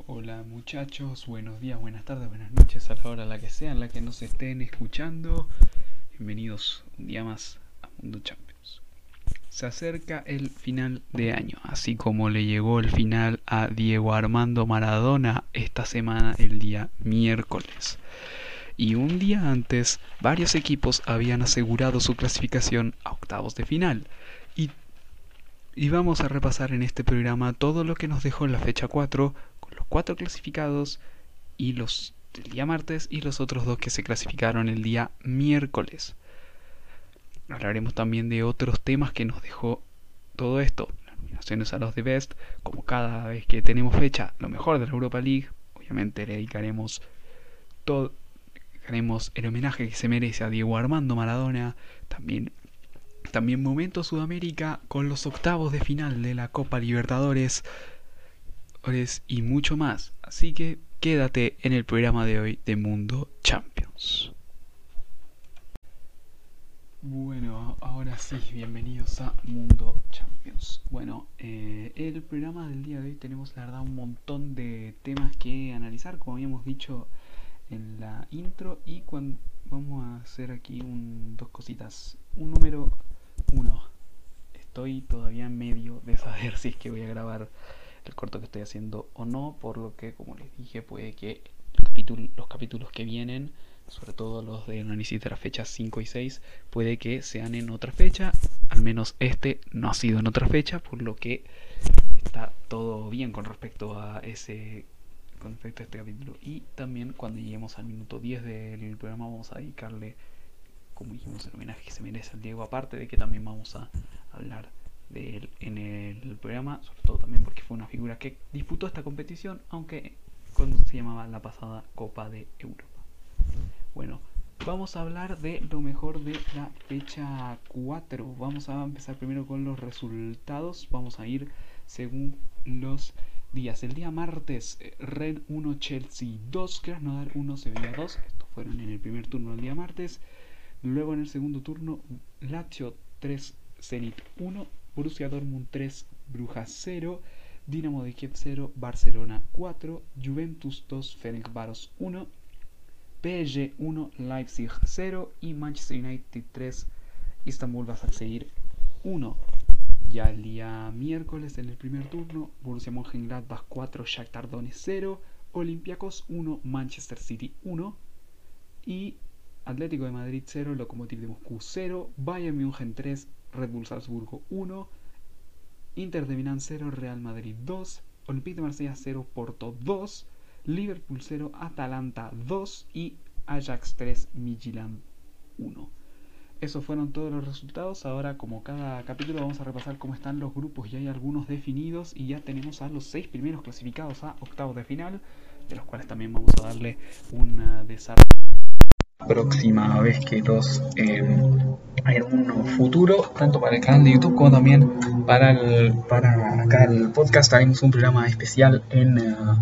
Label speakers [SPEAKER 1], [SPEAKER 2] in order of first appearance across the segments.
[SPEAKER 1] Hola muchachos, buenos días, buenas tardes, buenas noches a la hora a la que sea, en la que nos estén escuchando. Bienvenidos un día más a Mundo Champions. Se acerca el final de año, así como le llegó el final a Diego Armando Maradona esta semana, el día miércoles. Y un día antes, varios equipos habían asegurado su clasificación a octavos de final. Y vamos a repasar en este programa todo lo que nos dejó la fecha 4, con los 4 clasificados y los del día martes y los otros 2 que se clasificaron el día miércoles. Hablaremos también de otros temas que nos dejó todo esto, las nominaciones a los The Best, como cada vez que tenemos fecha, lo mejor de la Europa League. Obviamente le dedicaremos el homenaje que se merece a Diego Armando Maradona, también momento Sudamérica con los octavos de final de la Copa Libertadores y mucho más. Así que quédate en el programa de hoy de Mundo Champions. Bueno, ahora sí, bienvenidos a Mundo Champions. Bueno, el programa del día de hoy tenemos la verdad un montón de temas que analizar, como habíamos dicho en la intro, y vamos a hacer aquí dos cositas. Un número uno. Estoy todavía en medio de saber si es que voy a grabar el corto que estoy haciendo o no, por lo que, como les dije, puede que los capítulos que vienen, sobre todo los de análisis de las fechas 5 y 6, puede que sean en otra fecha. Al menos este no ha sido en otra fecha, por lo que está todo bien con respecto a este capítulo. Y también cuando lleguemos al minuto 10 del programa vamos a dedicarle, como dijimos, el homenaje que se merece al Diego, aparte de que también vamos a hablar de él en el programa, sobre todo también porque fue una figura que disputó esta competición, aunque cuando se llamaba la pasada Copa de Europa. Bueno, vamos a hablar de lo mejor de la fecha 4. Vamos a empezar primero con los resultados. Vamos a ir según los días. El día martes, Rennes 1, Chelsea 2, Krasnodar 1, Sevilla 2. Estos fueron en el primer turno del día martes. Luego en el segundo turno, Lazio 3, Zenit 1, Borussia Dortmund 3, Brujas 0, Dinamo de Kiev 0, Barcelona 4, Juventus 2, Ferencváros 1, PSG 1, Leipzig 0 y Manchester United 3, Istanbul Başakşehir 1. Ya el día miércoles en el primer turno, Borussia Mönchengladbach 4, Shakhtar Donetsk 0, Olympiacos 1, Manchester City 1 y Atlético de Madrid 0, Lokomotiv de Moscú 0, Bayern München 3, Red Bull Salzburgo 1, Inter de Milán 0, Real Madrid 2, Olympique de Marsella 0, Porto 2, Liverpool 0, Atalanta 2 y Ajax 3, Midtjylland 1. Esos fueron todos los resultados. Ahora, como cada capítulo, vamos a repasar cómo están los grupos. Ya hay algunos definidos y ya tenemos a los 6 primeros clasificados a octavos de final, de los cuales también vamos a darle un desarrollo próxima vez que los en un futuro, tanto para el canal de YouTube como también para acá el podcast. Haremos un programa especial en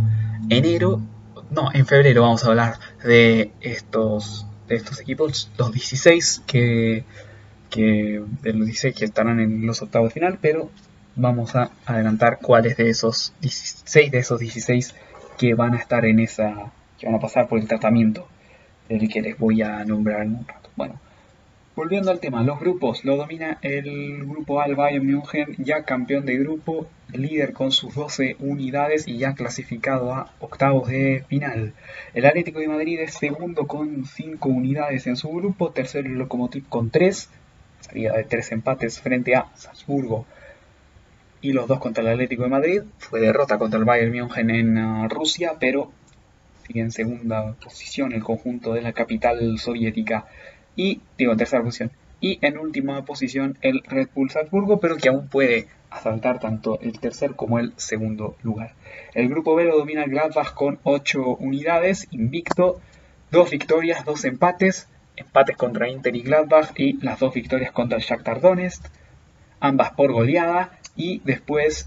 [SPEAKER 1] en febrero vamos a hablar de estos equipos, los 16 de los 16 que estarán en los octavos de final, pero vamos a adelantar cuáles de esos 16 que van a estar que van a pasar por el tratamiento del que les voy a nombrar en un rato. Bueno, volviendo al tema, los grupos. Lo domina el grupo A, el Bayern München, ya campeón de grupo, líder con sus 12 unidades y ya clasificado a octavos de final. El Atlético de Madrid es segundo con 5 unidades en su grupo, tercero el Lokomotiv con 3, salida de 3 empates frente a Salzburgo y los 2 contra el Atlético de Madrid. Fue derrota contra el Bayern München en Rusia, pero sigue en segunda posición el conjunto de la capital soviética en tercera posición, y en última posición el Red Bull Salzburgo, pero que aún puede asaltar tanto el tercer como el segundo lugar. El grupo B lo domina el Gladbach con 8 unidades, invicto, 2 victorias, 2 empates contra Inter y Gladbach y las 2 victorias contra el Shakhtar Donetsk, ambas por goleada. Y después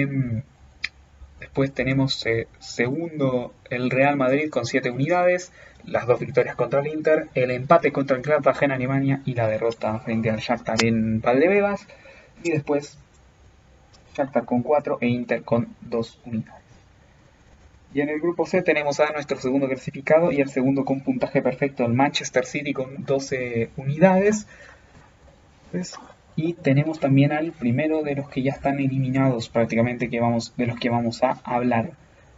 [SPEAKER 1] tenemos segundo el Real Madrid con 7 unidades, las 2 victorias contra el Inter, el empate contra el Gladbach en Alemania y la derrota frente al Shakhtar en Valdebebas. Y después Shakhtar con 4 e Inter con 2 unidades. Y en el grupo C tenemos a nuestro segundo clasificado y el segundo con puntaje perfecto, el Manchester City con 12 unidades. Y tenemos también al primero de los que ya están eliminados prácticamente, de los que vamos a hablar.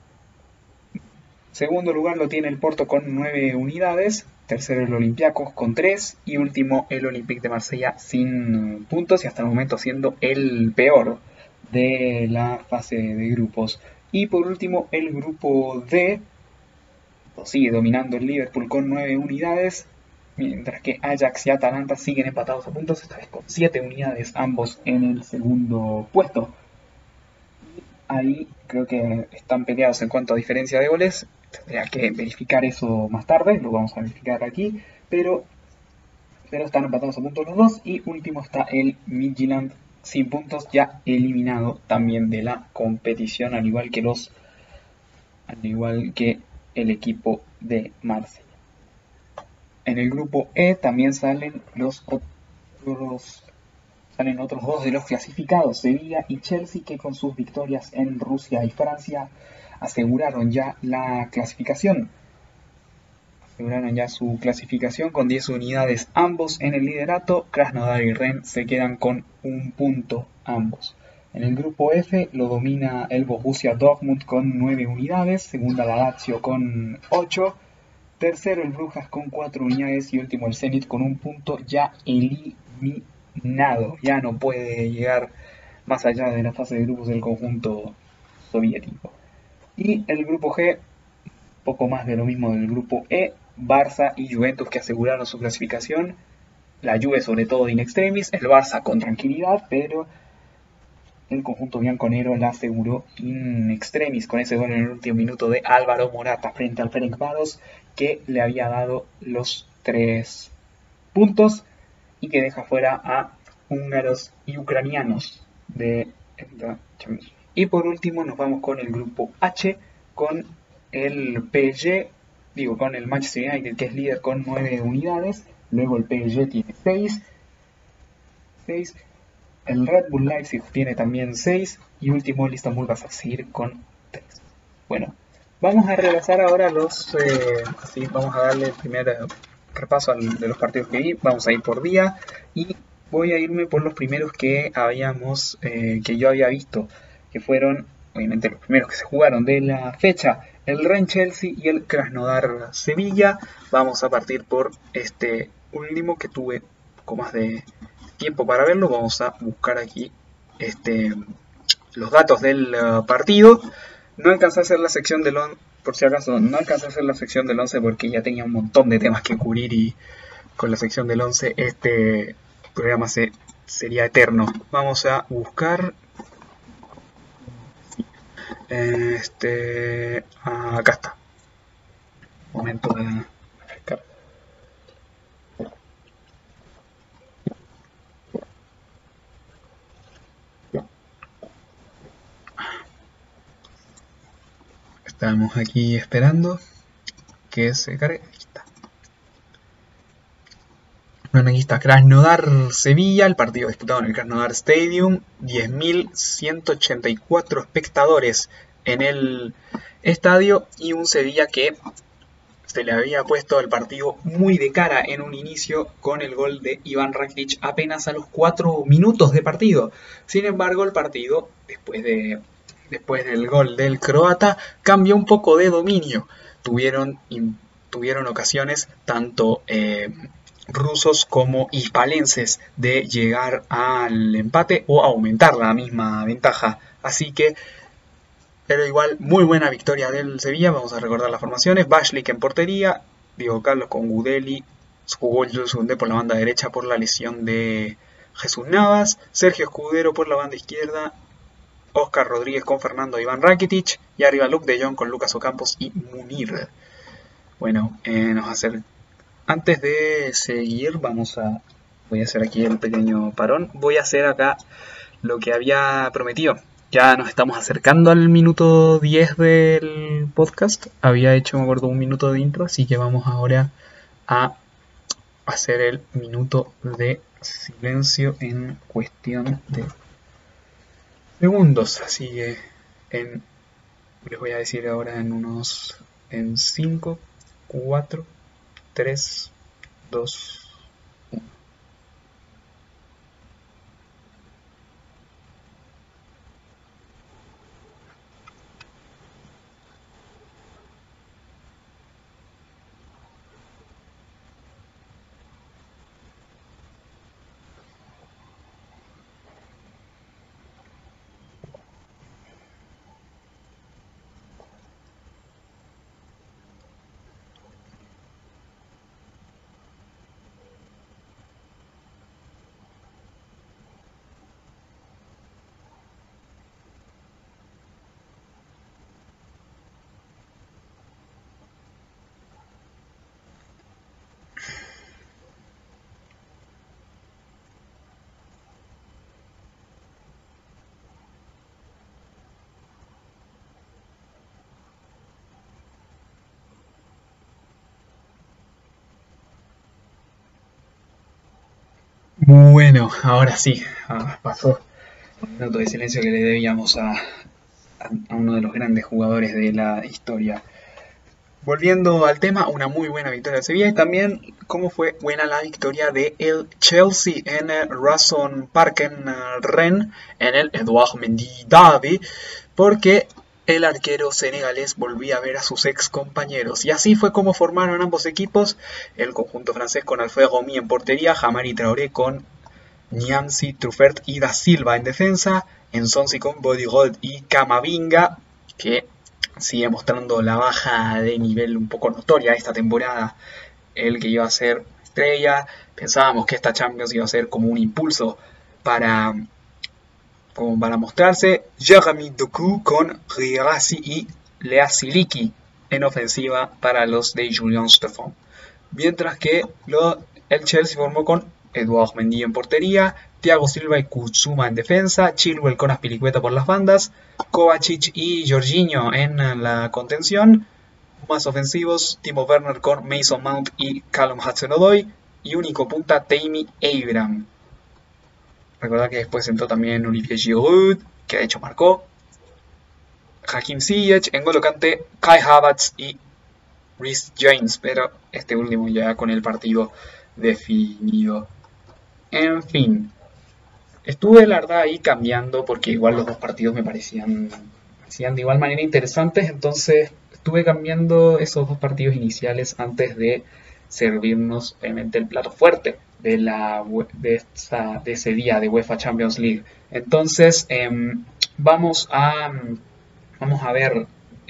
[SPEAKER 1] Segundo lugar lo tiene el Porto con 9 unidades, tercero el Olympiacos con 3 y último el Olympique de Marsella sin puntos y hasta el momento siendo el peor de la fase de grupos. Y por último el grupo D lo sigue dominando el Liverpool con 9 unidades, mientras que Ajax y Atalanta siguen empatados a puntos, esta vez con 7 unidades ambos en el segundo puesto. Ahí creo que están peleados en cuanto a diferencia de goles. Tendría que verificar eso más tarde, lo vamos a verificar aquí, pero están empatados a puntos los dos. Y último está el Midtjylland sin puntos, ya eliminado también de la competición, al igual que el equipo de Marsella. En el grupo E también salen otros dos de los clasificados, Sevilla y Chelsea, que con sus victorias en Rusia y Francia aseguraron ya la clasificación. Aseguraron ya su clasificación con 10 unidades ambos en el liderato. Krasnodar y Rennes se quedan con un punto ambos. En el grupo F lo domina el Borussia Dortmund con 9 unidades, segunda la Lazio con 8, tercero el Brujas con 4 unidades y último el Zenit con un punto ya eliminado. Ya no puede llegar más allá de la fase de grupos del conjunto soviético. Y el grupo G, poco más de lo mismo del grupo E, Barça y Juventus que aseguraron su clasificación. La Juve sobre todo in extremis, el Barça con tranquilidad, pero el conjunto bianconero la aseguró in extremis con ese gol en el último minuto de Álvaro Morata frente al Ferencváros, que le había dado los 3 puntos y que deja fuera a húngaros y ucranianos de la Champions. Y por último nos vamos con el grupo H, con el PSG, con el Manchester United, que es líder con 9 unidades, luego el PSG tiene 6, el Red Bull Leipzig tiene también 6 y último el Istanbul Basaksehir con 3. Bueno, vamos a repasar ahora vamos a darle el primer repaso de los partidos que vi, vamos a ir por día y voy a irme por los primeros que yo había visto, que fueron obviamente los primeros que se jugaron de la fecha, el Rennes Chelsea y el Krasnodar Sevilla. Vamos a partir por este último que tuve un poco más de tiempo para verlo. Vamos a buscar aquí los datos del partido. No alcancé a hacer la sección del 11, por si acaso, no alcancé a hacer la sección del 11 porque ya tenía un montón de temas que cubrir y con la sección del 11 este programa sería eterno. Vamos a buscar acá está. Momento de buscar. Estamos aquí esperando que se cargue. Aquí está. Bueno, aquí está Krasnodar Sevilla, el partido disputado en el Krasnodar Stadium, 10.184 espectadores en el estadio y un Sevilla que se le había puesto el partido muy de cara en un inicio con el gol de Ivan Rakitic apenas a los 4 minutos de partido. Sin embargo, el partido, después del gol del croata, cambió un poco de dominio. Tuvieron ocasiones tanto rusos como hispalenses de llegar al empate o aumentar la misma ventaja. Así que, pero igual, muy buena victoria del Sevilla. Vamos a recordar las formaciones. Bashlik en portería, Diego Carlos con Gudeli, jugó Jules Koundé por la banda derecha por la lesión de Jesús Navas, Sergio Escudero por la banda izquierda, Óscar Rodríguez con Fernando Iván Rakitic y arriba Luuk de Jong con Lucas Ocampos y Munir. Bueno, antes de seguir voy a hacer aquí el pequeño parón. Voy a hacer acá lo que había prometido. Ya nos estamos acercando al minuto 10 del podcast. Había hecho, me acuerdo, un minuto de intro, así que vamos ahora a hacer el minuto de silencio en cuestión de segundos. Así que en Les voy a decir ahora en 5, 4, 3, 2, 1. Bueno, ahora sí, pasó un minuto de silencio que le debíamos a uno de los grandes jugadores de la historia. Volviendo al tema, una muy buena victoria de Sevilla y también cómo fue buena la victoria de el Chelsea en el Razon Park en Rennes, en el Edouard Mendy Derby, porque el arquero senegalés volvía a ver a sus ex compañeros. Y así fue como formaron ambos equipos, el conjunto francés con Alfredo Gomis en portería, Jamari Traoré con Niamsi, Truffert y Da Silva en defensa, Ensonsi con Bodirold y Camavinga, que sigue mostrando la baja de nivel un poco notoria esta temporada. El que iba a ser estrella, pensábamos que esta Champions iba a ser como un impulso para, como para mostrarse. Jeremy Doku con Rigassi y Lea Siliki en ofensiva para los de Julien Stéphan. Mientras que el Chelsea formó con Edouard Mendy en portería, Thiago Silva y Kutsuma en defensa, Chilwell con Azpilicueta por las bandas, Kovacic y Jorginho en la contención, más ofensivos Timo Werner con Mason Mount y Callum Hudson-Odoi, y único punta Tammy Abraham. Recordad que después entró también Olivier Giroud, que de hecho marcó, Hakim Ziyech, N'Golo Kanté, Kai Havertz y Reece James, pero este último ya con el partido definido. En fin, estuve la verdad ahí cambiando porque igual los dos partidos me parecían de igual manera interesantes, entonces estuve cambiando esos dos partidos iniciales antes de servirnos obviamente el plato fuerte de ese día de UEFA Champions League. Entonces vamos a ver.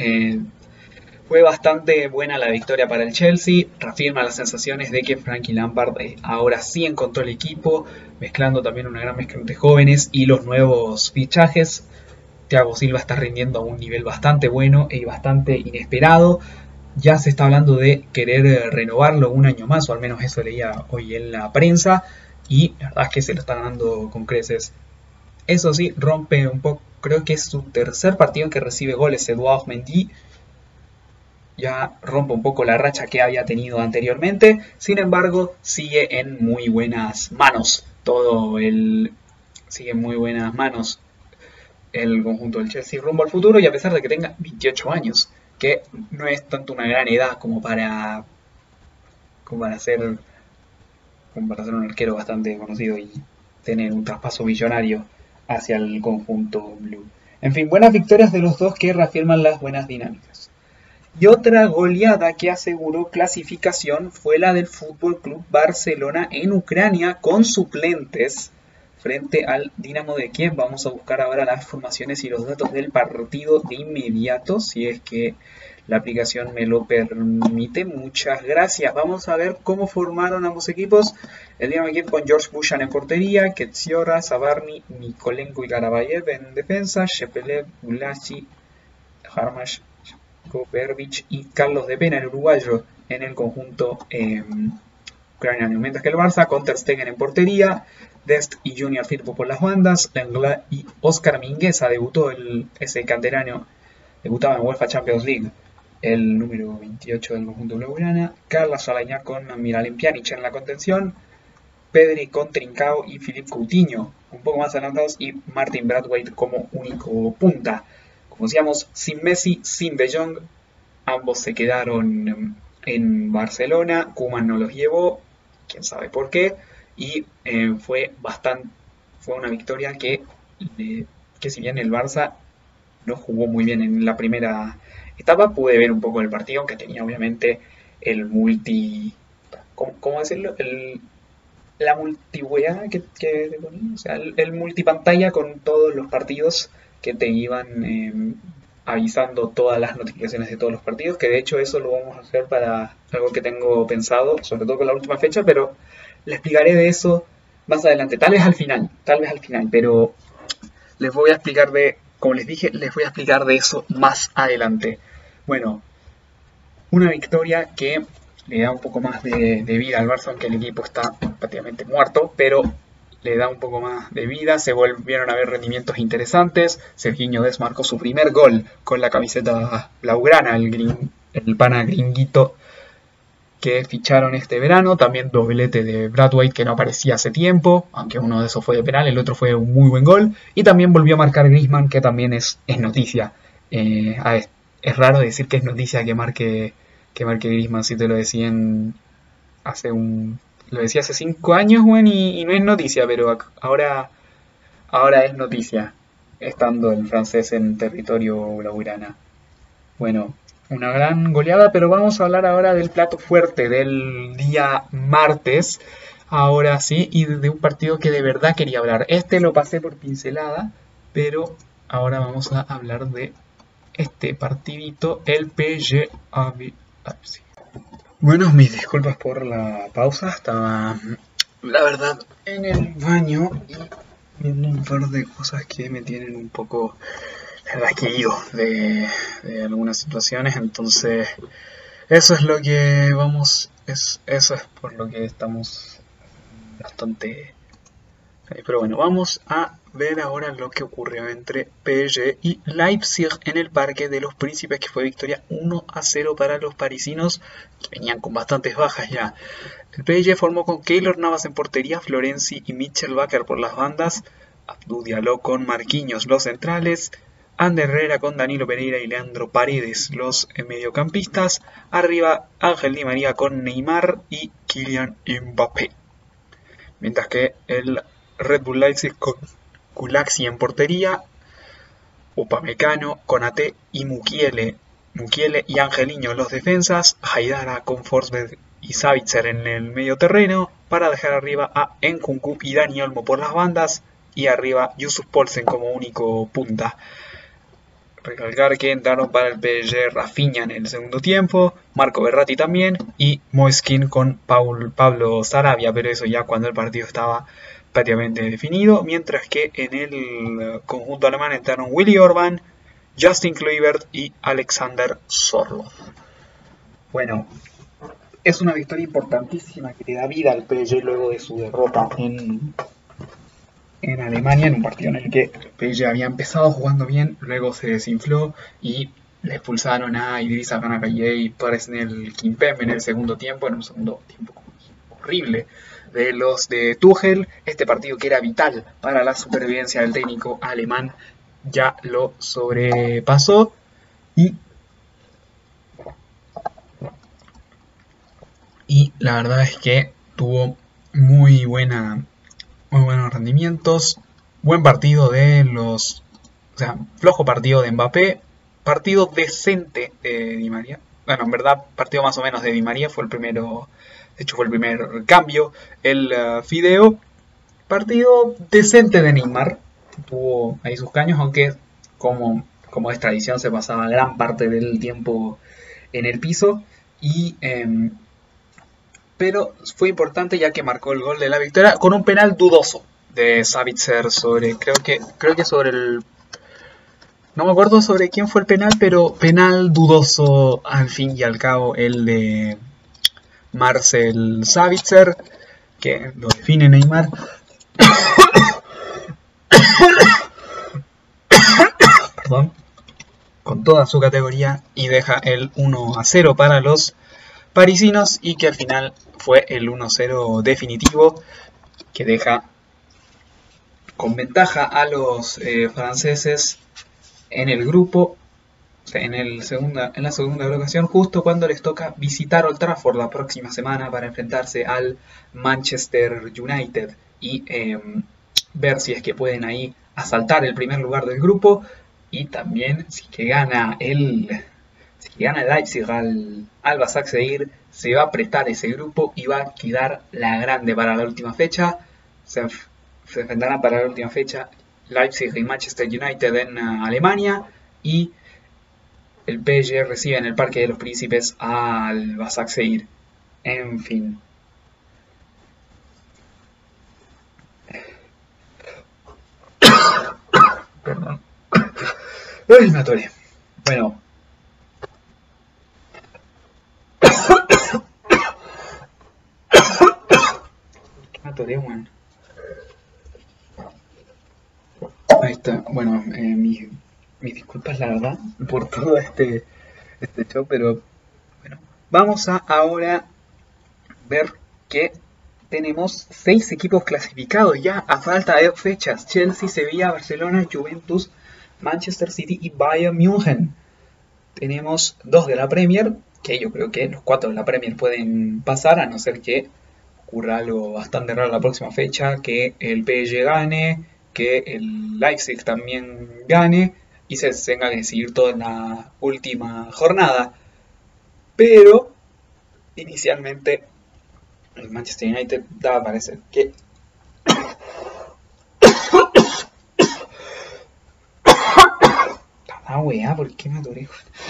[SPEAKER 1] Fue bastante buena la victoria para el Chelsea, reafirma las sensaciones de que Frankie Lampard ahora sí encontró el equipo, mezclando también una gran mezcla de jóvenes y los nuevos fichajes. Thiago Silva está rindiendo a un nivel bastante bueno y bastante inesperado. Ya se está hablando de querer renovarlo un año más, o al menos eso leía hoy en la prensa, y la verdad es que se lo está ganando con creces. Eso sí, rompe un poco, creo que es su tercer partido en que recibe goles Edouard Mendy, ya rompe un poco la racha que había tenido anteriormente, sin embargo sigue en muy buenas manos sigue en muy buenas manos el conjunto del Chelsea rumbo al futuro, y a pesar de que tenga 28 años, que no es tanto una gran edad como para ser un arquero bastante conocido y tener un traspaso millonario hacia el conjunto blue. En fin, buenas victorias de los dos que reafirman las buenas dinámicas. Y otra goleada que aseguró clasificación fue la del Fútbol Club Barcelona en Ucrania con suplentes frente al Dinamo de Kiev. Vamos a buscar ahora las formaciones y los datos del partido de inmediato, si es que la aplicación me lo permite. Muchas gracias. Vamos a ver cómo formaron ambos equipos. El Dinamo de Kiev con George Bushan en portería, Ketsiora, Sabarny, Nikolenko y Garabayev en defensa, Shepelev, Gulashi, Harmash, Kopervich y Carlos de Pena, el uruguayo, en el conjunto ucraniano. Mientras que el Barça con Ter Stegen en portería, Dest y Junior Firpo por las bandas, Lenglet y Oscar Mingueza ese canterano, debutaba en UEFA Champions League, el número 28 del conjunto blaugrana, Carlos Alañá con Miralem Pjanic en la contención, Pedri con Trincao y Philippe Coutinho un poco más adelantados, y Martin Braithwaite como único punta. como decíamos, sin Messi, sin De Jong, ambos se quedaron en Barcelona, Koeman no los llevó, quién sabe por qué, y fue una victoria que si bien el Barça no jugó muy bien en la primera etapa, pude ver un poco el partido, que tenía obviamente el ¿cómo decirlo? La multihueá que te ponía, o sea, el multipantalla con todos los partidos que te iban avisando todas las notificaciones de todos los partidos, que de hecho eso lo vamos a hacer para algo que tengo pensado, sobre todo con la última fecha, pero le explicaré de eso más adelante, tal vez al final, pero les voy a explicar como les dije, les voy a explicar de eso más adelante. Bueno, una victoria que le da un poco más de vida al Barça, aunque el equipo está prácticamente muerto, pero le da un poco más de vida, se volvieron a ver rendimientos interesantes. Sergiño Dest marcó su primer gol con la camiseta blaugrana, el pana gringuito que ficharon este verano. También doblete de Braithwaite, que no aparecía hace tiempo, aunque uno de esos fue de penal, el otro fue un muy buen gol. Y también volvió a marcar Griezmann, que también es noticia. Es raro decir que es noticia que marque Griezmann, si te lo decían lo decía hace 5 años, bueno, y no es noticia, pero ahora es noticia, estando el francés en territorio blaugrana. Bueno, una gran goleada, pero vamos a hablar ahora del plato fuerte del día martes, ahora sí, y de un partido que de verdad quería hablar. Este lo pasé por pincelada, pero ahora vamos a hablar de este partidito, el PSG. Bueno, mis disculpas por la pausa, estaba la verdad en el baño y viendo un par de cosas que me tienen un poco ido de algunas situaciones, entonces eso es lo que eso es por lo que estamos bastante. Pero bueno, vamos a ver ahora lo que ocurrió entre PSG y Leipzig en el Parque de los Príncipes, que fue victoria 1-0 para los parisinos, que venían con bastantes bajas ya. El PSG formó con Keylor Navas en portería, Florenzi y Mitchell Bakker por las bandas, Abdou Diallo con Marquinhos los centrales, Ander Herrera con Danilo Pereira y Leandro Paredes los mediocampistas, arriba Ángel Di María con Neymar y Kylian Mbappé. Mientras que el Red Bull Leipzig con Gulaxi en portería, Upamecano, Konaté y Mukiele y Angeliño los defensas, Haidara con Forsberg y Savitzer en el medio terreno, para dejar arriba a Nkunku y Dani Olmo por las bandas, y arriba Yusuf Poulsen como único punta. Recalcar que entraron para el PSG Rafinha en el segundo tiempo, Marco Verratti también, y Moiskin con Pablo Sarabia, pero eso ya cuando el partido estaba prácticamente definido, mientras que en el conjunto alemán entraron Willy Orban, Justin Kluivert y Alexander Sorloth. Bueno, es una victoria importantísima que le da vida al PSG luego de su derrota en Alemania, en un partido en el que el PSG había empezado jugando bien, luego se desinfló y le expulsaron a Idrissa Gana Gueye y Presnel Kimpembe en el segundo tiempo, en un segundo tiempo horrible de los de Tuchel. Este partido, que era vital para la supervivencia del técnico alemán, ya lo sobrepasó y la verdad es que tuvo muy buenos rendimientos, buen partido flojo partido de Mbappé, partido decente de Di María. Bueno, en verdad, partido más o menos de Di María, fue el primero, de hecho fue el primer cambio, el Fideo. Partido decente de Neymar, tuvo ahí sus caños, aunque como es tradición se pasaba gran parte del tiempo en el piso, pero fue importante ya que marcó el gol de la victoria con un penal dudoso de Savitzer creo que sobre el... No me acuerdo sobre quién fue el penal, pero penal dudoso al fin y al cabo, el de Marcel Savitzer, que lo define Neymar. Perdón. Con toda su categoría, y deja el 1-0 para los parisinos, y que al final fue el 1-0 definitivo que deja con ventaja a los franceses en el grupo, o sea, en la segunda ocasión, justo cuando les toca visitar Old Trafford la próxima semana para enfrentarse al Manchester United y ver si es que pueden ahí asaltar el primer lugar del grupo, y también si que gana el Leipzig al Başakşehir, se va a apretar ese grupo y va a quedar la grande para la última fecha. Se enfrentarán para la última fecha Leipzig y Manchester United en Alemania, y el PSG recibe en el Parque de los Príncipes al Başakşehir. En fin. Perdón. Uy, me atoré. Bueno. Me atoré, bueno. Ahí está. Bueno, mis disculpas, la verdad, por todo este show, pero bueno. Vamos a ahora ver que tenemos 6 equipos clasificados ya a falta de fechas: Chelsea, Sevilla, Barcelona, Juventus, Manchester City y Bayern München. Tenemos 2 de la Premier, que yo creo que los 4 de la Premier pueden pasar, a no ser que ocurra algo bastante raro la próxima fecha, que el PSG gane, que el Leipzig también gane y se tenga que decidir todo en la última jornada. Pero inicialmente el Manchester United da a parecer que weá, ¿por qué me atoré?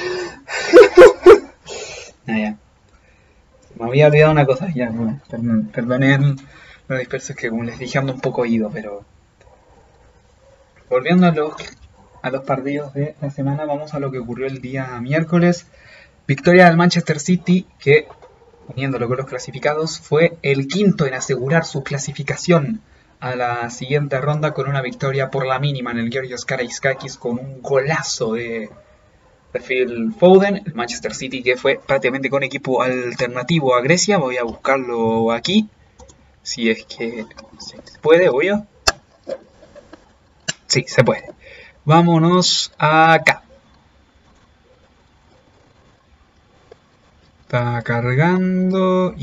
[SPEAKER 1] Ya. Me había olvidado una cosa, ya, bueno, perdonen los dispersos, que como les dije ando un poco oído, pero volviendo a los partidos de la semana, vamos a lo que ocurrió el día miércoles. Victoria del Manchester City, que, uniéndolo con los clasificados, fue el quinto en asegurar su clasificación a la siguiente ronda, con una victoria por la mínima en el Georgios Karaiskakis con un golazo de Phil Foden. El Manchester City, que fue prácticamente con equipo alternativo a Grecia. Voy a buscarlo aquí, si es que se puede, obvio. Sí, se puede. Vámonos acá. Está cargando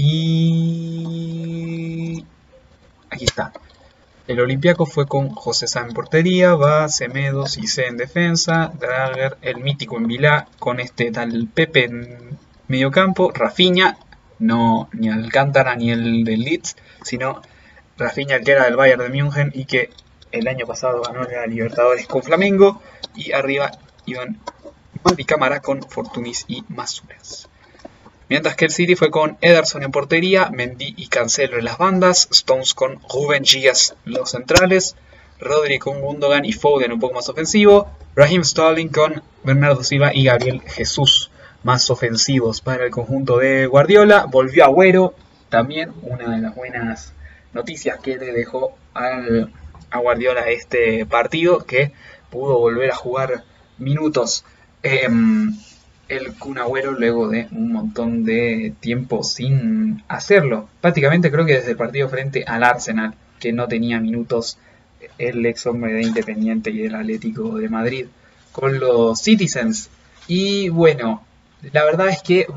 [SPEAKER 1] y aquí está. El Olympiacos fue con José Sá en portería, Va, Semedo, Cissé en defensa, Drager, el mítico en Vilá, con este tal Pepe en mediocampo, Rafinha, no ni Alcántara ni el del Leeds, sino Rafinha, el que era del Bayern de München y que el año pasado ganó la Libertadores con Flamengo, y arriba iban Mati Cámara con Fortunis y Masuras. Mientras que el City fue con Ederson en portería, Mendy y Cancelo en las bandas, Stones con Ruben Díaz los centrales, Rodri con Gundogan y Foden un poco más ofensivo, Raheem Sterling con Bernardo Silva y Gabriel Jesús más ofensivos para el conjunto de Guardiola. Volvió Agüero, también una de las buenas noticias que le dejó a Guardiola este partido, que pudo volver a jugar minutos el Kun Agüero luego de un montón de tiempo sin hacerlo. Prácticamente creo que desde el partido frente al Arsenal, que no tenía minutos el ex hombre de Independiente y del Atlético de Madrid con los Citizens. Y bueno, la verdad es que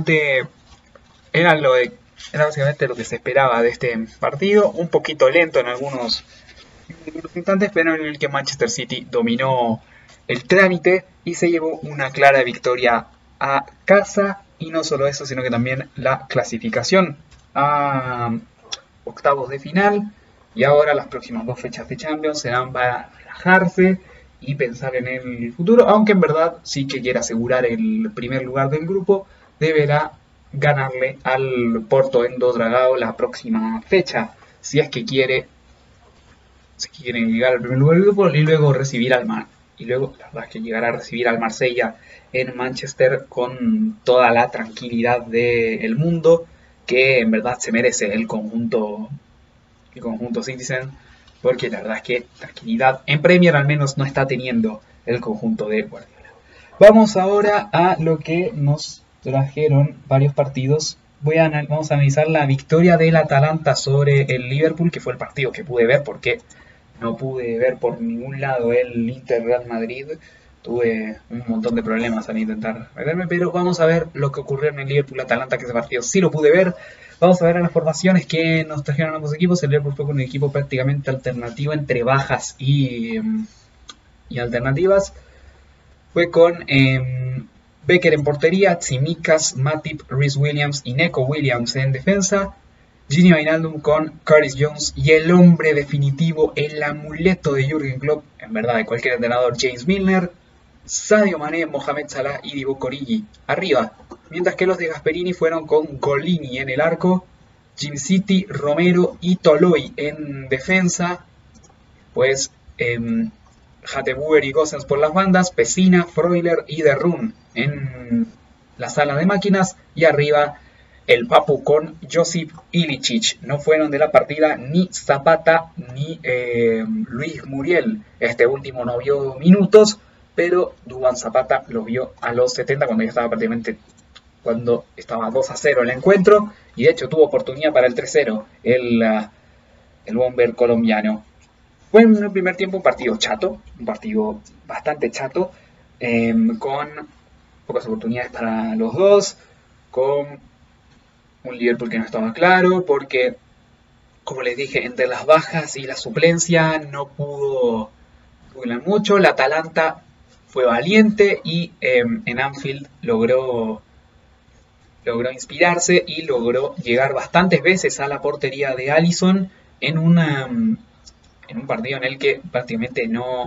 [SPEAKER 1] era básicamente lo que se esperaba de este partido. Un poquito lento en algunos instantes, pero en el que Manchester City dominó el trámite y se llevó una clara victoria a casa. Y no solo eso, sino que también la clasificación a octavos de final. Y ahora las próximas 2 fechas de Champions serán para relajarse y pensar en el futuro. Aunque en verdad, sí que quiere asegurar el primer lugar del grupo, deberá ganarle al Porto en Dragao la próxima fecha, si es que quiere llegar al primer lugar del grupo, y luego recibir al Mar. Y luego, la verdad es que llegar a recibir al Marsella en Manchester con toda la tranquilidad del mundo que en verdad se merece el conjunto Citizen, porque la verdad es que tranquilidad en Premier al menos no está teniendo el conjunto de Guardiola. Vamos ahora a lo que nos trajeron varios partidos. Vamos a analizar la victoria del Atalanta sobre el Liverpool, que fue el partido que pude ver, porque no pude ver por ningún lado el Inter Real Madrid, tuve un montón de problemas al intentar meterme, pero vamos a ver lo que ocurrió en el Liverpool-Atalanta, que ese partido sí lo pude ver. Vamos a ver a las formaciones que nos trajeron ambos equipos. El Liverpool fue con un equipo prácticamente alternativo entre bajas y alternativas. Fue con Becker en portería, Tsimikas, Matip, Rhys Williams y Neco Williams en defensa. Gini Wijnaldum con Curtis Jones y el hombre definitivo, el amuleto de Jürgen Klopp, en verdad de cualquier entrenador, James Milner, Sadio Mané, Mohamed Salah y Divock Origi arriba, mientras que los de Gasperini fueron con Golini en el arco, Jim City, Romero y Toloi en defensa, pues Hateboer y Gosens por las bandas, Pessina, Freuler y De Roon en la sala de máquinas, y arriba el Papu con Josip Ilicic. No fueron de la partida ni Zapata ni Luis Muriel. Este último no vio minutos, pero Duván Zapata lo vio a los 70 cuando ya estaba prácticamente, cuando estaba 2-0 el encuentro, y de hecho tuvo oportunidad para el 3-0 el bomber colombiano. Fue en el primer tiempo un partido chato, un partido bastante chato, con pocas oportunidades para los dos, con un Liverpool que no estaba claro, porque, como les dije, entre las bajas y la suplencia no pudo jugar mucho. La Atalanta fue valiente y en Anfield logró inspirarse y logró llegar bastantes veces a la portería de Alisson en un partido en el que prácticamente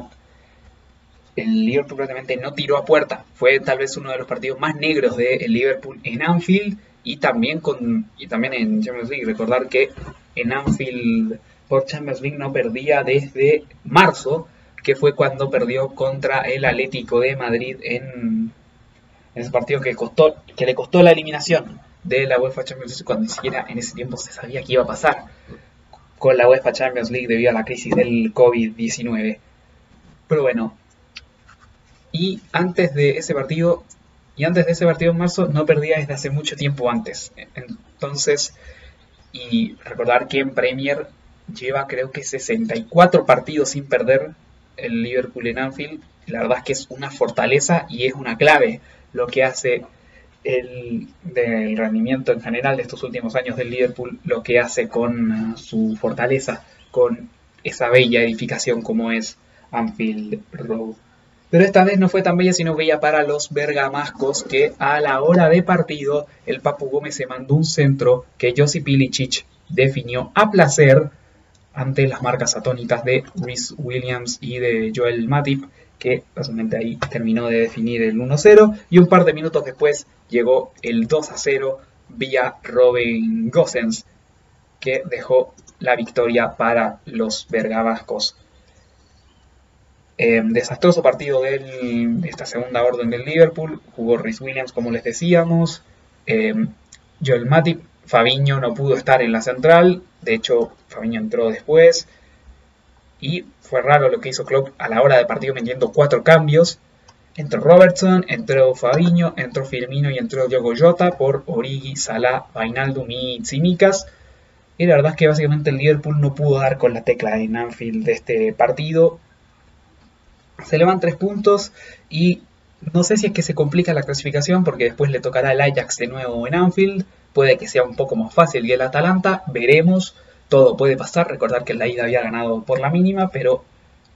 [SPEAKER 1] el Liverpool prácticamente no tiró a puerta. Fue tal vez uno de los partidos más negros del Liverpool en Anfield y también en Champions League. Recordar que en Anfield por Champions League no perdía desde marzo, que fue cuando perdió contra el Atlético de Madrid en ese partido que le costó la eliminación de la UEFA Champions League, cuando ni siquiera en ese tiempo se sabía qué iba a pasar con la UEFA Champions League debido a la crisis del COVID-19. Pero bueno, y antes de ese partido en marzo no perdía desde hace mucho tiempo antes. Entonces, y recordar que en Premier lleva creo que 64 partidos sin perder el Liverpool en Anfield. La verdad es que es una fortaleza y es una clave lo que hace del rendimiento en general de estos últimos años del Liverpool, lo que hace con su fortaleza, con esa bella edificación como es Anfield Road. Pero esta vez no fue tan bella, sino bella para los bergamascos, que a la hora de partido el Papu Gómez se mandó un centro que Josip Ilicic definió a placer ante las marcas atónitas de Rhys Williams y de Joel Matip, que básicamente ahí terminó de definir el 1-0, y un par de minutos después llegó el 2-0 vía Robin Gosens, que dejó la victoria para los bergamascos. Desastroso partido de esta segunda orden del Liverpool. Jugó Rhys Williams, como les decíamos, Joel Matip. Fabinho no pudo estar en la central, de hecho Fabinho entró después, y fue raro lo que hizo Klopp a la hora de partido metiendo 4 cambios. Entró Robertson, entró Fabinho, entró Firmino y entró Diogo Jota por Origi, Salah, Wijnaldum y Tsimikas. Y la verdad es que básicamente el Liverpool no pudo dar con la tecla en Anfield de este partido. Se le van 3 puntos y no sé si es que se complica la clasificación, porque después le tocará el Ajax de nuevo en Anfield. Puede que sea un poco más fácil que el Atalanta, veremos. Todo puede pasar. Recordar que en la ida había ganado por la mínima, pero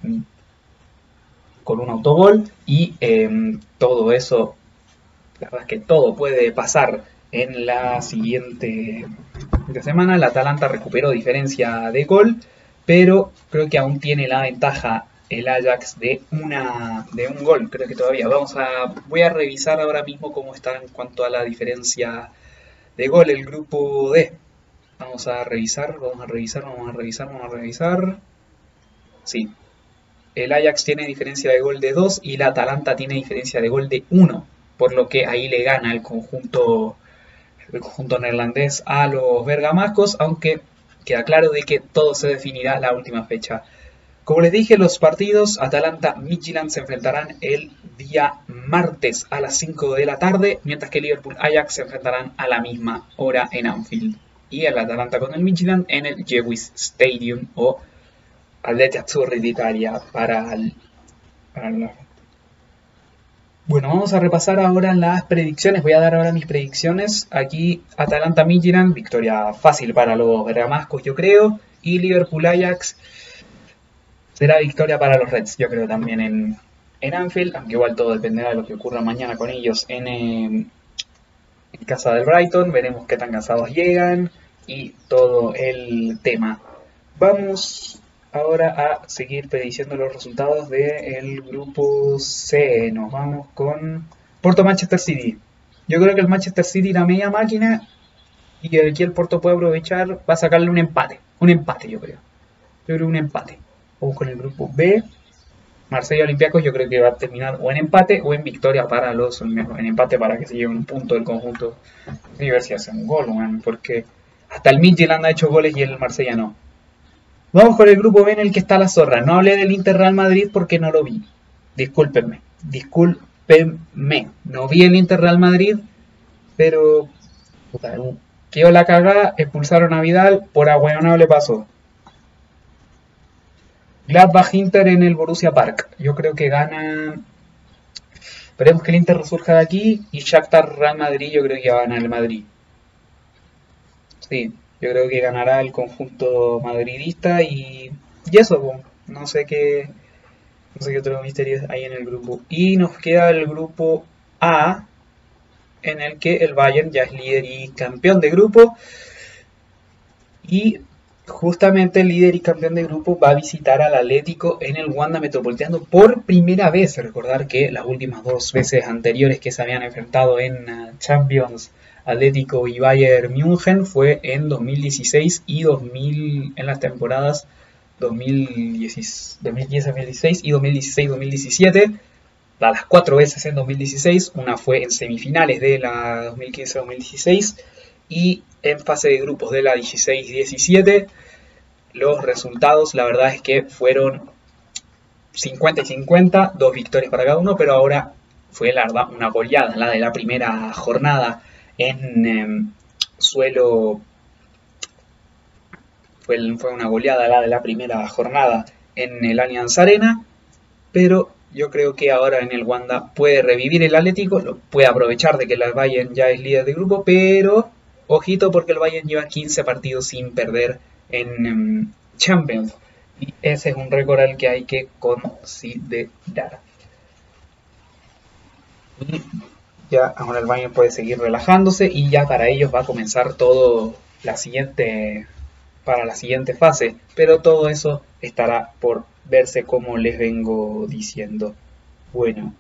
[SPEAKER 1] con un autogol. Y todo eso, la verdad es que todo puede pasar en la siguiente semana. El Atalanta recuperó diferencia de gol, pero creo que aún tiene la ventaja el Ajax de un gol. Creo que todavía voy a revisar ahora mismo cómo está en cuanto a la diferencia de gol el grupo D. Vamos a revisar. Sí, el Ajax tiene diferencia de gol de 2 y el Atalanta tiene diferencia de gol de 1, por lo que ahí le gana el conjunto neerlandés a los bergamascos, aunque queda claro de que todo se definirá la última fecha. Como les dije, los partidos Atalanta-Midtjylland se enfrentarán el día martes a las 5 de la tarde, mientras que Liverpool-Ajax se enfrentarán a la misma hora en Anfield. Y el Atalanta con el Midtjylland en el Gewiss Stadium o Atleti Azzurri d'Italia para Bueno, vamos a repasar ahora las predicciones. Voy a dar ahora mis predicciones. Aquí Atalanta-Midtjylland, victoria fácil para los bergamascos, yo creo. Y Liverpool-Ajax será victoria para los Reds, yo creo también en Anfield. Aunque igual todo dependerá de lo que ocurra mañana con ellos en casa del Brighton. Veremos qué tan cansados llegan y todo el tema. Vamos ahora a seguir prediciendo los resultados del grupo C. Nos vamos con Porto-Manchester City. Yo creo que el Manchester City, la media máquina, y aquí el Porto puede aprovechar, va a sacarle un empate. Un empate, yo creo. Yo creo un empate. Vamos con el grupo B. Marsella Olympiacos, yo creo que va a terminar o en empate o en victoria para los olmeños. En empate para que se lleve un punto del conjunto. Y ver si hace un gol, man, porque hasta el Midtjylland ha hecho goles y el Marsella no. Vamos con el grupo B en el que está la zorra. No hablé del Inter Real Madrid porque no lo vi. Discúlpenme. No vi el Inter Real Madrid, pero quedó la cagada, expulsaron a Vidal, por agüeonado le pasó. Gladbach Inter en el Borussia Park. Yo creo que gana. Esperemos que el Inter resurja de aquí. Y Shakhtar Real Madrid, yo creo que va a ganar el Madrid. Sí, yo creo que ganará el conjunto madridista y eso, pues, no sé qué otro misterio hay en el grupo. Y nos queda el grupo A, en el que el Bayern ya es líder y campeón de grupo. Y justamente el líder y campeón de grupo va a visitar al Atlético en el Wanda Metropolitano por primera vez. Recordar que las últimas dos veces anteriores que se habían enfrentado en Champions, Atlético y Bayern München, fue en 2016 y en las temporadas 2015-2016 y 2016-2017. Las 4 veces en 2016, una fue en semifinales de la 2015-2016 y en fase de grupos de la 16-17. Los resultados, la verdad es que fueron 50 y 50, 2 victorias para cada uno, pero ahora fue la verdad una goleada, la de la primera jornada en suelo. Fue una goleada la de la primera jornada en el Allianz Arena, pero yo creo que ahora en el Wanda puede revivir el Atlético, lo puede aprovechar de que el Bayern ya es líder de grupo, pero ojito porque el Bayern lleva 15 partidos sin perder en Champions. Y ese es un récord al que hay que considerar. Y ya ahora el Bayern puede seguir relajándose y ya para ellos va a comenzar todo para la siguiente fase. Pero todo eso estará por verse, como les vengo diciendo. Bueno,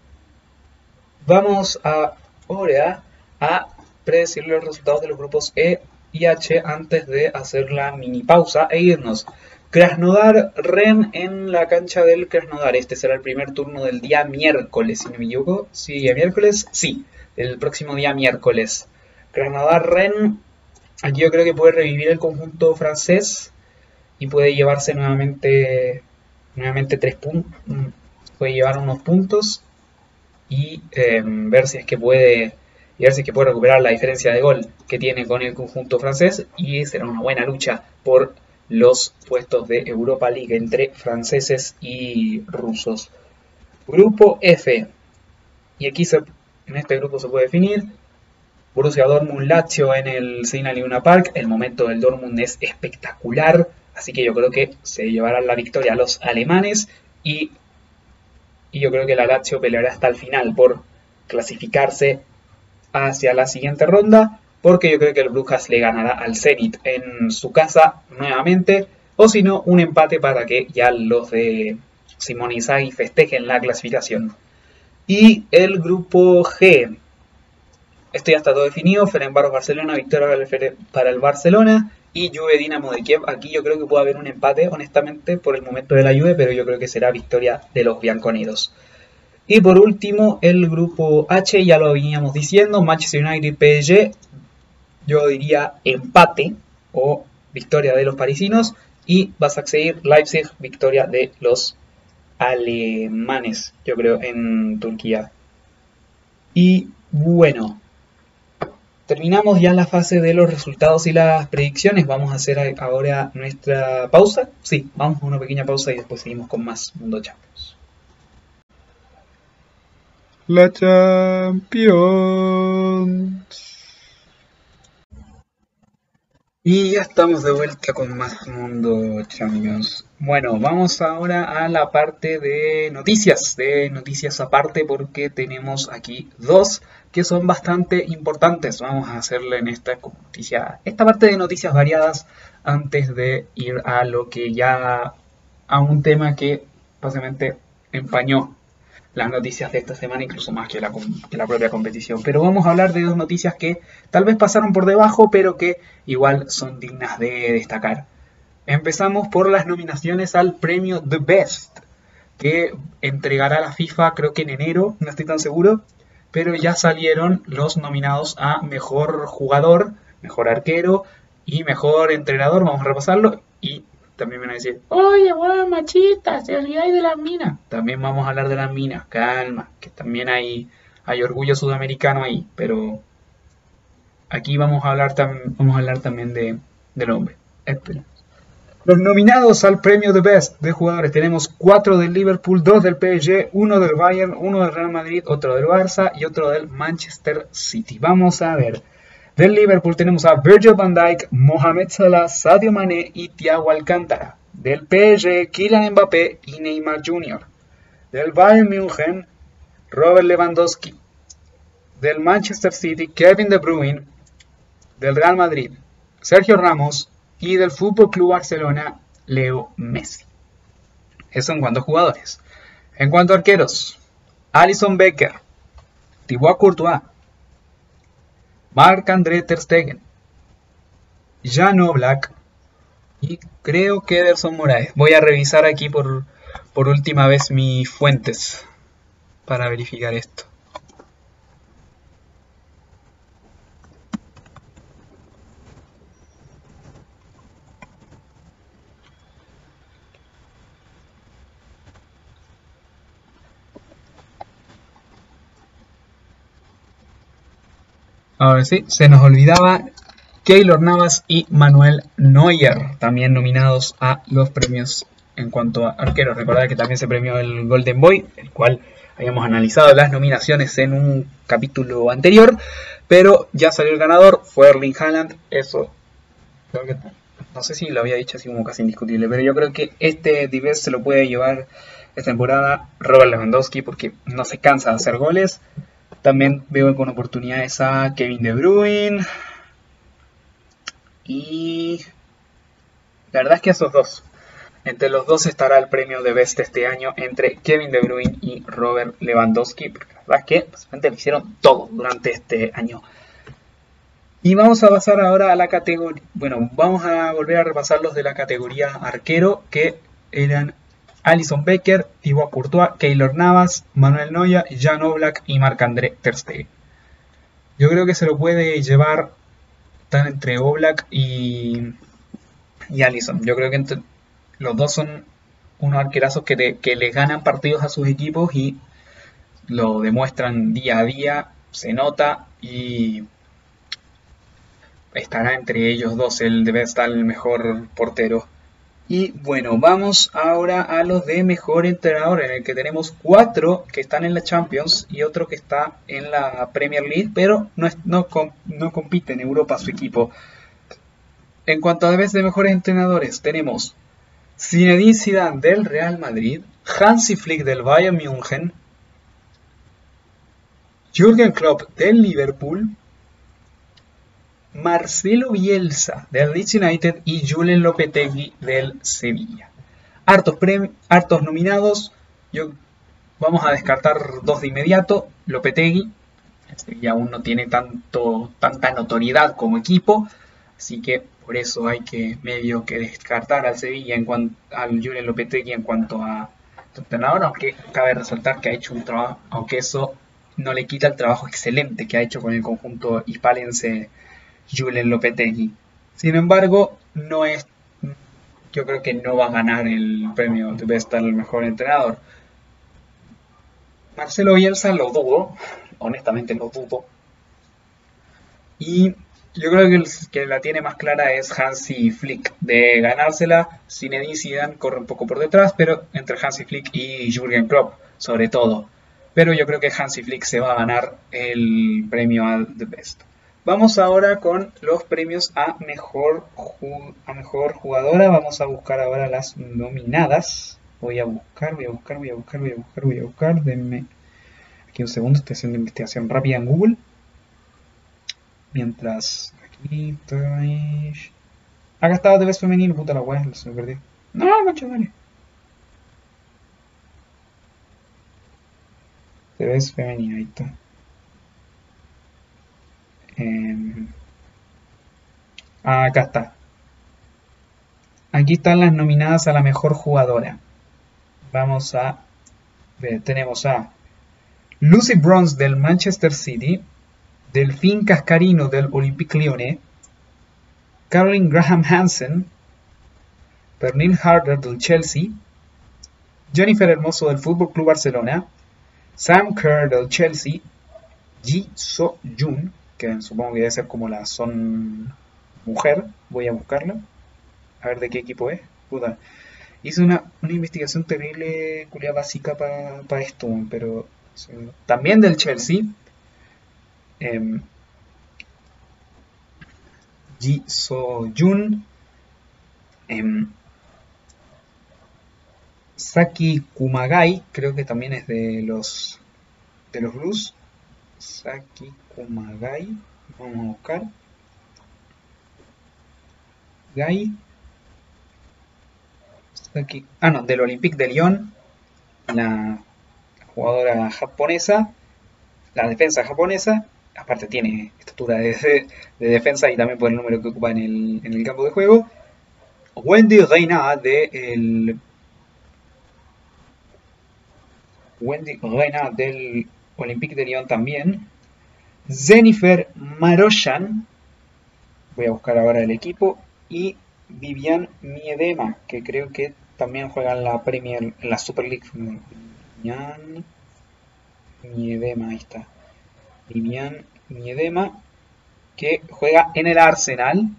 [SPEAKER 1] vamos ahora a predecir los resultados de los grupos E y H antes de hacer la mini pausa e irnos. Krasnodar-Rennes en la cancha del Krasnodar. Este será el primer turno del día miércoles, si no me equivoco. ¿Sí, día miércoles? Sí, el próximo día miércoles. Krasnodar-Rennes. Aquí yo creo que puede revivir el conjunto francés y puede llevarse nuevamente 3 puntos. Puede llevar unos puntos y ver si es que puede recuperar la diferencia de gol que tiene con el conjunto francés, y será una buena lucha por los puestos de Europa League entre franceses y rusos. Grupo F, y aquí en este grupo se puede definir Borussia Dortmund-Lazio en el Signal Iduna Park. El momento del Dortmund es espectacular, así que yo creo que se llevarán la victoria a los alemanes, y yo creo que la Lazio peleará hasta el final por clasificarse hacia la siguiente ronda, porque yo creo que el Brujas le ganará al Zenit en su casa nuevamente, o si no, un empate para que ya los de Simone Inzaghi festejen la clasificación. Y el grupo G, esto ya está todo definido: Ferencváros Barcelona, victoria para el Barcelona, y Juve Dinamo de Kiev. Aquí yo creo que puede haber un empate, honestamente, por el momento de la Juve, pero yo creo que será victoria de los bianconeros. Y por último, el grupo H, ya lo veníamos diciendo, Manchester United PSG, yo diría empate o victoria de los parisinos, y vas a seguir Leipzig, victoria de los alemanes, yo creo, en Turquía. Y bueno, terminamos ya la fase de los resultados y las predicciones. Vamos a hacer ahora nuestra pausa. Sí, vamos a una pequeña pausa y después seguimos con más Mundo Champions. la Champions. Y ya estamos de vuelta con más Mundo Champions. Bueno, vamos ahora a la parte de noticias aparte porque tenemos aquí dos que son bastante importantes. Vamos a hacerle en esta parte de noticias variadas antes de ir a lo que ya, a un tema que básicamente empañó las noticias de esta semana, incluso más que la propia competición. Pero vamos a hablar de dos noticias que tal vez pasaron por debajo, pero que igual son dignas de destacar. Empezamos por las nominaciones al premio The Best, que entregará la FIFA creo que en enero, no estoy tan seguro, pero ya salieron los nominados a mejor jugador, mejor arquero y mejor entrenador. Vamos a repasarlo y también me van a decir, oye, weón, machista, se olvidáis de las minas. También vamos a hablar de las minas, calma, que también hay orgullo sudamericano ahí, pero aquí vamos a hablar también del hombre. Espera. Los nominados al premio The Best de jugadores tenemos 4 del Liverpool, 2 del PSG, 1 del Bayern, 1 del Real Madrid, otro del Barça y otro del Manchester City. Vamos a ver. Del Liverpool tenemos a Virgil van Dijk, Mohamed Salah, Sadio Mané y Thiago Alcántara. Del PSG, Kylian Mbappé y Neymar Jr. Del Bayern München, Robert Lewandowski. Del Manchester City, Kevin De Bruyne. Del Real Madrid, Sergio Ramos. Y del Fútbol Club Barcelona, Leo Messi. Eso en cuanto a jugadores. En cuanto a arqueros, Alisson Becker, Thibaut Courtois, Marc-André Ter Stegen, Jan Oblak y creo que Ederson Moraes. Voy a revisar aquí por última vez mis fuentes para verificar esto. Ahora sí, se nos olvidaba Keylor Navas y Manuel Neuer, también nominados a los premios en cuanto a arqueros. Recordad que también se premió el Golden Boy, el cual habíamos analizado las nominaciones en un capítulo anterior, pero ya salió el ganador, fue Erling Haaland. Eso, creo que, no sé si lo había dicho así como casi indiscutible, pero yo creo que este Dives se lo puede llevar esta temporada Robert Lewandowski porque no se cansa de hacer goles. También veo con oportunidades a Kevin De Bruyne. Y la verdad es que esos dos. Entre los dos estará el premio de Best este año entre Kevin De Bruyne y Robert Lewandowski. Porque la verdad es que básicamente lo hicieron todo durante este año. Y vamos a pasar ahora a la categoría. Bueno, vamos a volver a repasar los de la categoría arquero, que eran Alisson Becker, Thibaut Courtois, Keylor Navas, Manuel Neuer, Jan Oblak y Marc-André Ter Stegen. Yo creo que se lo puede llevar tan entre Oblak y Alisson. Yo creo que los dos son unos arquerazos que le ganan partidos a sus equipos y lo demuestran día a día, se nota y estará entre ellos dos. Él debe estar el mejor portero. Y bueno, vamos ahora a los de mejor entrenador, en el que tenemos 4 que están en la Champions y otro que está en la Premier League, pero no compite en Europa su equipo. En cuanto a de mejores entrenadores, tenemos Zinedine Zidane del Real Madrid, Hansi Flick del Bayern München, Jürgen Klopp del Liverpool, Marcelo Bielsa del Leeds United y Julen Lopetegui del Sevilla. Hartos nominados. Vamos a descartar 2 de inmediato. Lopetegui, el Sevilla aún no tiene tanta notoriedad como equipo, así que por eso hay que medio que descartar al Sevilla al Julen Lopetegui en cuanto a entrenador, aunque cabe resaltar que ha hecho un trabajo, aunque eso no le quita el trabajo excelente que ha hecho con el conjunto hispalense Julen Lopetegui. Sin embargo, yo creo que no va a ganar el premio de Best al mejor entrenador. Marcelo Bielsa lo dudo, honestamente lo dudo. Y yo creo que el que la tiene más clara es Hansi Flick. De ganársela, Zinedine Zidane corre un poco por detrás, pero entre Hansi Flick y Jürgen Klopp, sobre todo. pero yo creo que Hansi Flick se va a ganar el premio al The Best. Vamos ahora con los premios a mejor jugadora. Vamos a buscar ahora las nominadas. Voy a buscar. Denme aquí un segundo, estoy haciendo investigación rápida en Google. Mientras aquí estoy... Acá estaba The Best femenino, puta la weá, se me perdió. No, macho, vale. The Best femenino, ahí está. Acá está. Aquí están las nominadas a la mejor jugadora. Vamos a ver, tenemos a Lucy Bronze del Manchester City, Delphine Cascarino del Olympique Lyonnais, Caroline Graham Hansen, Pernille Harder del Chelsea, Jennifer Hermoso del Fútbol Club Barcelona, Sam Kerr del Chelsea, Ji So-jun, que supongo que debe ser como la Son mujer, voy a buscarla, a ver de qué equipo es. Puta, hice una investigación terrible, culia básica para esto, pero también del Chelsea. Ji So-jun, Saki Kumagai, creo que también es de los Blues. Saki Kumagai, vamos a buscar. Gai. Saki, no, del Olympique de Lyon, la jugadora japonesa, la defensa japonesa. Aparte tiene estatura de defensa y también por el número que ocupa en el campo de juego. Wendy Reina del Olympique de Lyon también. Jennifer Marochan, voy a buscar ahora el equipo, y Vivian Miedema, que creo que también juega en la Premier, en la Super League. Vivian Miedema, ahí está. Vivian Miedema, que juega en el Arsenal.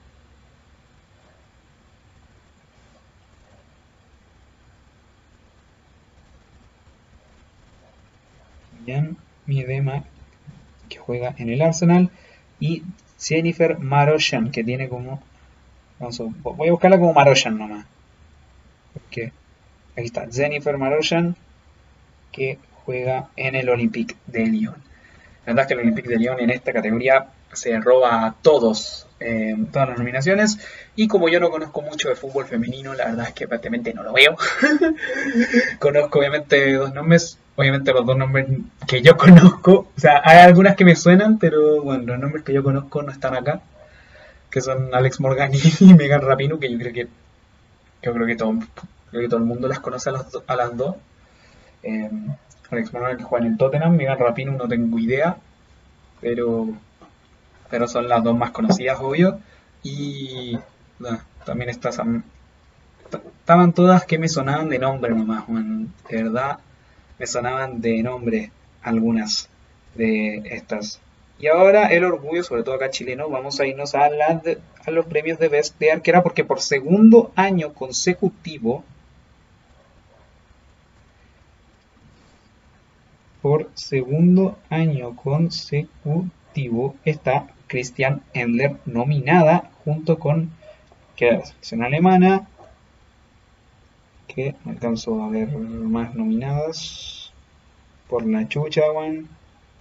[SPEAKER 1] Vivian Miedema, que juega en el Arsenal. Y Jennifer Marochan, que tiene como... voy a buscarla como Marochan nomás. Porque aquí está, Jennifer Marochan, que juega en el Olympique de Lyon. La verdad es que el Olympique de Lyon en esta categoría se roba a todas las nominaciones. Y como yo no conozco mucho de fútbol femenino, la verdad es que prácticamente no lo veo. Conozco obviamente dos nombres. Obviamente los dos nombres que yo conozco. O sea, hay algunas que me suenan, pero bueno, los nombres que yo conozco no están acá. Que son Alex Morgan y Megan Rapinoe, que yo creo que todo el mundo las conoce a las dos. Alex Morgan, que juega en el Tottenham, Megan Rapinoe no tengo idea, pero son las dos más conocidas, obvio. Y también estaban todas que me sonaban de nombre nomás, de verdad me sonaban de nombre algunas de estas. Y ahora el orgullo, sobre todo acá chileno, vamos a irnos a los premios de Best de Arquera, porque por segundo año consecutivo está Christian Endler nominada junto con la selección alemana, que no alcanzo a ver más nominadas por la chucha, weón.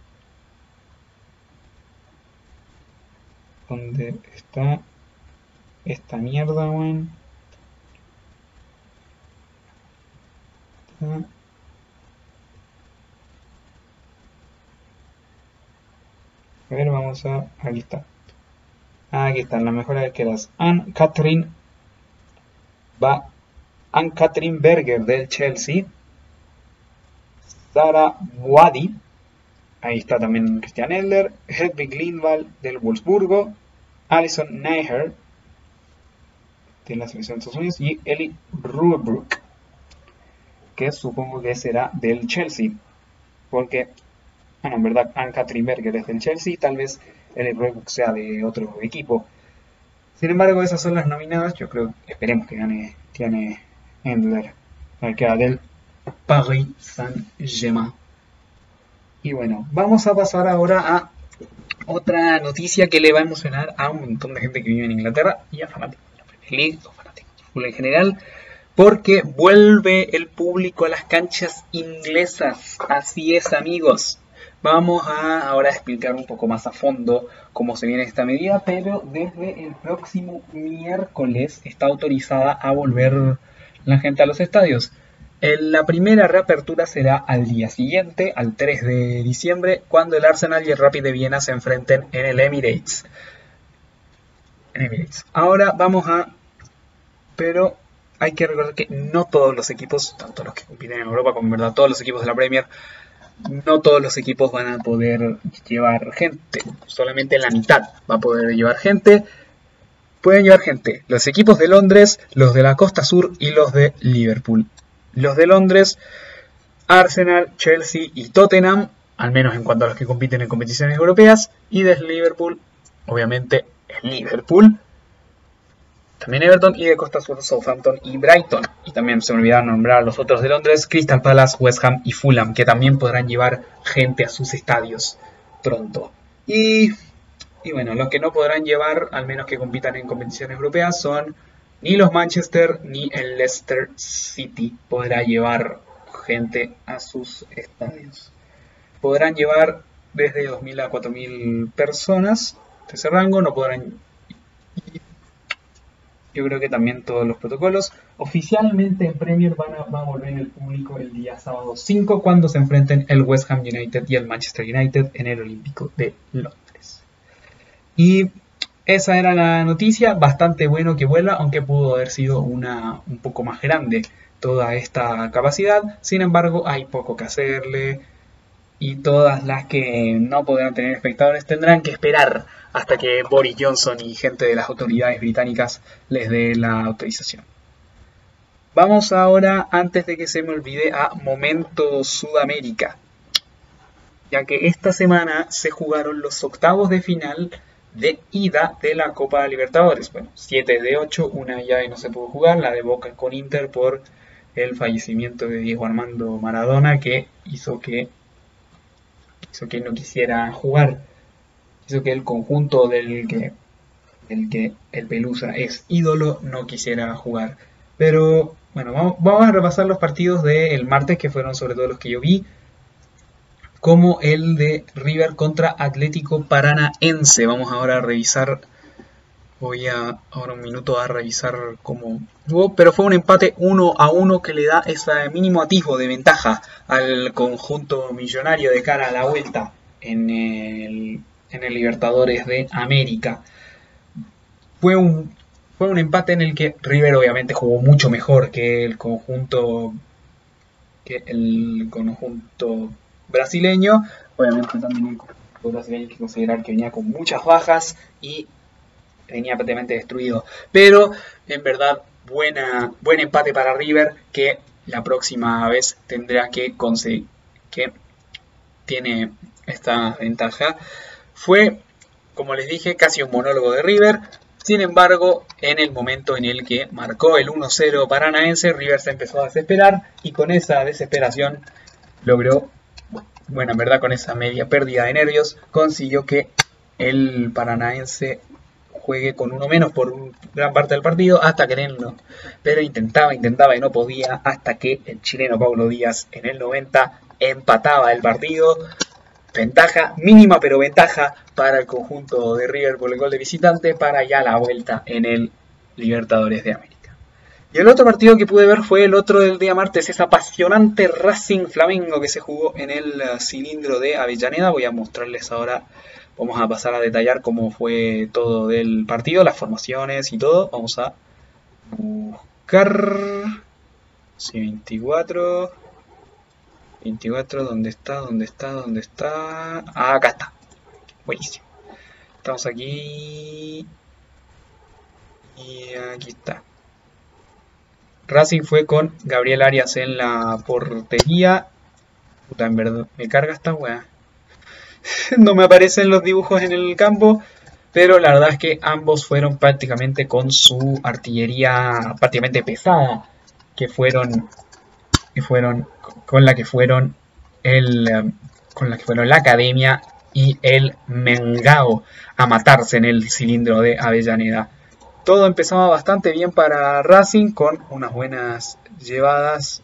[SPEAKER 1] ¿Dónde está esta mierda, weón? A ver, vamos a... Aquí está. Aquí están las mejores arqueras. Anne-Catherine Berger del Chelsea. Sara Wadi. Ahí está también Christian Endler. Hedvig Lindvall del Wolfsburgo. Alison Neher de la selección de Estados Unidos. Y Ellie Ruebrook, que supongo que será del Chelsea. Porque... bueno, en verdad, Anne-Catherine Berger es del Chelsea, tal vez el Ruebrook sea de otro equipo. Sin embargo, esas son las nominadas. Yo creo, esperemos que gane Endler, el que era del Paris Saint-Germain. Y bueno, vamos a pasar ahora a otra noticia que le va a emocionar a un montón de gente que vive en Inglaterra y a fanáticos de la Premier League o fanáticos de fútbol en general, porque vuelve el público a las canchas inglesas. Así es, amigos. Vamos a ahora explicar un poco más a fondo cómo se viene esta medida, pero desde el próximo miércoles está autorizada a volver la gente a los estadios. La primera reapertura será al día siguiente, al 3 de diciembre, cuando el Arsenal y el Rapid de Viena se enfrenten en el Emirates. Ahora vamos a... Pero hay que recordar que no todos los equipos, tanto los que compiten en Europa como en verdad todos los equipos de la Premier, no todos los equipos van a poder llevar gente. Solamente la mitad va a poder llevar gente. Pueden llevar gente los equipos de Londres, los de la Costa Sur y los de Liverpool. Los de Londres, Arsenal, Chelsea y Tottenham, al menos en cuanto a los que compiten en competiciones europeas. Y desde Liverpool, obviamente, el Liverpool. También Everton, y de Costa Sur, Southampton y Brighton. Y también se me olvidaron nombrar a los otros de Londres, Crystal Palace, West Ham y Fulham, que también podrán llevar gente a sus estadios pronto. Y bueno, los que no podrán llevar, al menos que compitan en competiciones europeas, son ni los Manchester ni el Leicester City podrá llevar gente a sus estadios. Podrán llevar desde 2.000 a 4.000 personas de ese rango, no podrán... Yo creo que también todos los protocolos. Oficialmente en Premier va a volver el público el día sábado 5 cuando se enfrenten el West Ham United y el Manchester United en el Olímpico de Londres. Y esa era la noticia, bastante bueno que vuelva, aunque pudo haber sido un poco más grande toda esta capacidad. Sin embargo, hay poco que hacerle y todas las que no podrán tener espectadores tendrán que esperar hasta que Boris Johnson y gente de las autoridades británicas les dé la autorización. Vamos ahora, antes de que se me olvide, a Momento Sudamérica, ya que esta semana se jugaron los octavos de final de ida de la Copa Libertadores. Bueno, 7 de 8, una llave no se pudo jugar, la de Boca con Inter por el fallecimiento de Diego Armando Maradona, que hizo que no quisiera jugar, hizo que el conjunto del que el Pelusa es ídolo no quisiera jugar. Pero bueno, vamos a repasar los partidos del martes, que fueron sobre todo los que yo vi, como el de River contra Atlético Paranaense. Vamos ahora a revisar, ahora un minuto a revisar cómo jugó, pero fue un empate 1-1 que le da ese mínimo atisbo de ventaja al conjunto millonario de cara a la vuelta en el Libertadores de América. Fue un empate en el que River obviamente jugó mucho mejor que el conjunto brasileño. Obviamente también el conjunto brasileño hay que considerar que venía con muchas bajas y venía prácticamente destruido. Pero en verdad buen empate para River, que la próxima vez tendrá que conseguir, que tiene esta ventaja. Fue, como les dije, casi un monólogo de River. Sin embargo, en el momento en el que marcó el 1-0 paranaense, River se empezó a desesperar y con esa desesperación logró, bueno, en verdad con esa media pérdida de nervios, consiguió que el Paranaense juegue con uno menos por gran parte del partido hasta quererlo. Pero intentaba y no podía, hasta que el chileno Paulo Díaz en el 90 empataba el partido. Ventaja mínima, pero ventaja para el conjunto de River por el gol de visitante para ya la vuelta en el Libertadores de América. Y el otro partido que pude ver fue el otro del día martes, ese apasionante Racing Flamengo que se jugó en el cilindro de Avellaneda. Voy a mostrarles ahora, vamos a pasar a detallar cómo fue todo del partido, las formaciones y todo. Vamos a buscar... Sí, 24, ¿dónde está? Ah, acá está. Buenísimo. Estamos aquí. Y aquí está. Racing fue con Gabriel Arias en la portería. Puta, en verdad, me carga esta weá. No me aparecen los dibujos en el campo. Pero la verdad es que ambos fueron prácticamente con su artillería prácticamente pesada. Con la que fueron con la que fueron la Academia y el Mengao a matarse en el cilindro de Avellaneda. Todo empezaba bastante bien para Racing con unas buenas llegadas,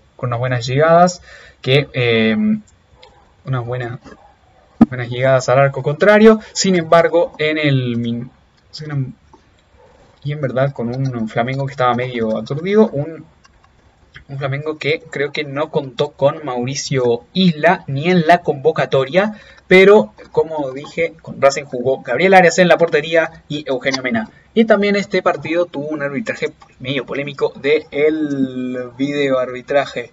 [SPEAKER 1] unas buenas llegadas al arco contrario. Sin embargo, y en verdad con un Flamengo que estaba medio aturdido, un Flamengo que creo que no contó con Mauricio Isla ni en la convocatoria, pero como dije, con Racing jugó Gabriel Arias en la portería y Eugenio Mena. Y también este partido tuvo un arbitraje medio polémico del video arbitraje.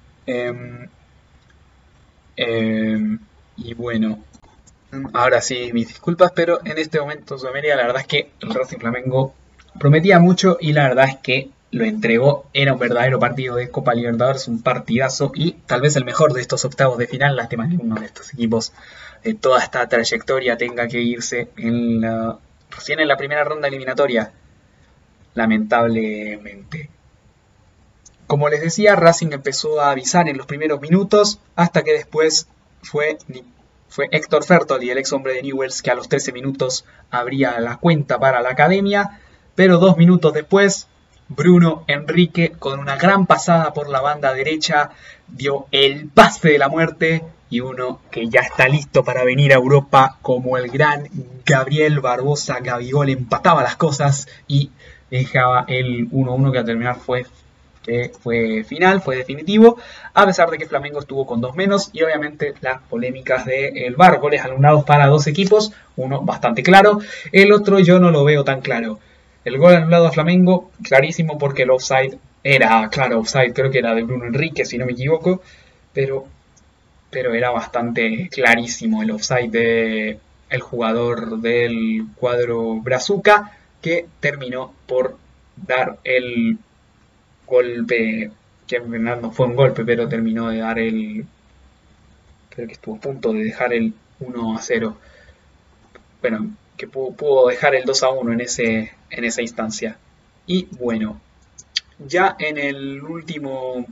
[SPEAKER 1] Y bueno, ahora sí, mis disculpas, pero en este momento Sudamérica la verdad es que el Racing Flamengo prometía mucho y la verdad es que lo entregó. Era un verdadero partido de Copa Libertadores, un partidazo y tal vez el mejor de estos octavos de final. Lástima que uno de estos equipos de toda esta trayectoria tenga que irse recién en la primera ronda eliminatoria, lamentablemente. Como les decía, Racing empezó a avisar en los primeros minutos hasta que después fue Héctor Fertoli, el ex hombre de Newell's, que a los 13 minutos abría la cuenta para la Academia, pero 2 minutos después Bruno Enrique, con una gran pasada por la banda derecha, dio el pase de la muerte y uno que ya está listo para venir a Europa como el gran Gabriel Barbosa Gabigol empataba las cosas y dejaba el 1-1 que al terminar fue final, fue definitivo, a pesar de que Flamengo estuvo con 2 menos y obviamente las polémicas del VAR, goles anulados para 2 equipos, uno bastante claro, el otro yo no lo veo tan claro. El gol anulado a Flamengo, clarísimo porque el offside era, claro, offside, creo que era de Bruno Enrique, si no me equivoco, pero era bastante clarísimo el offside del jugador del cuadro Brazuca, que terminó por dar el golpe, que no fue un golpe, pero terminó de dar creo que estuvo a punto de dejar el 1-0. Bueno, que pudo dejar el 2-1 en esa instancia. Y bueno, ya en el último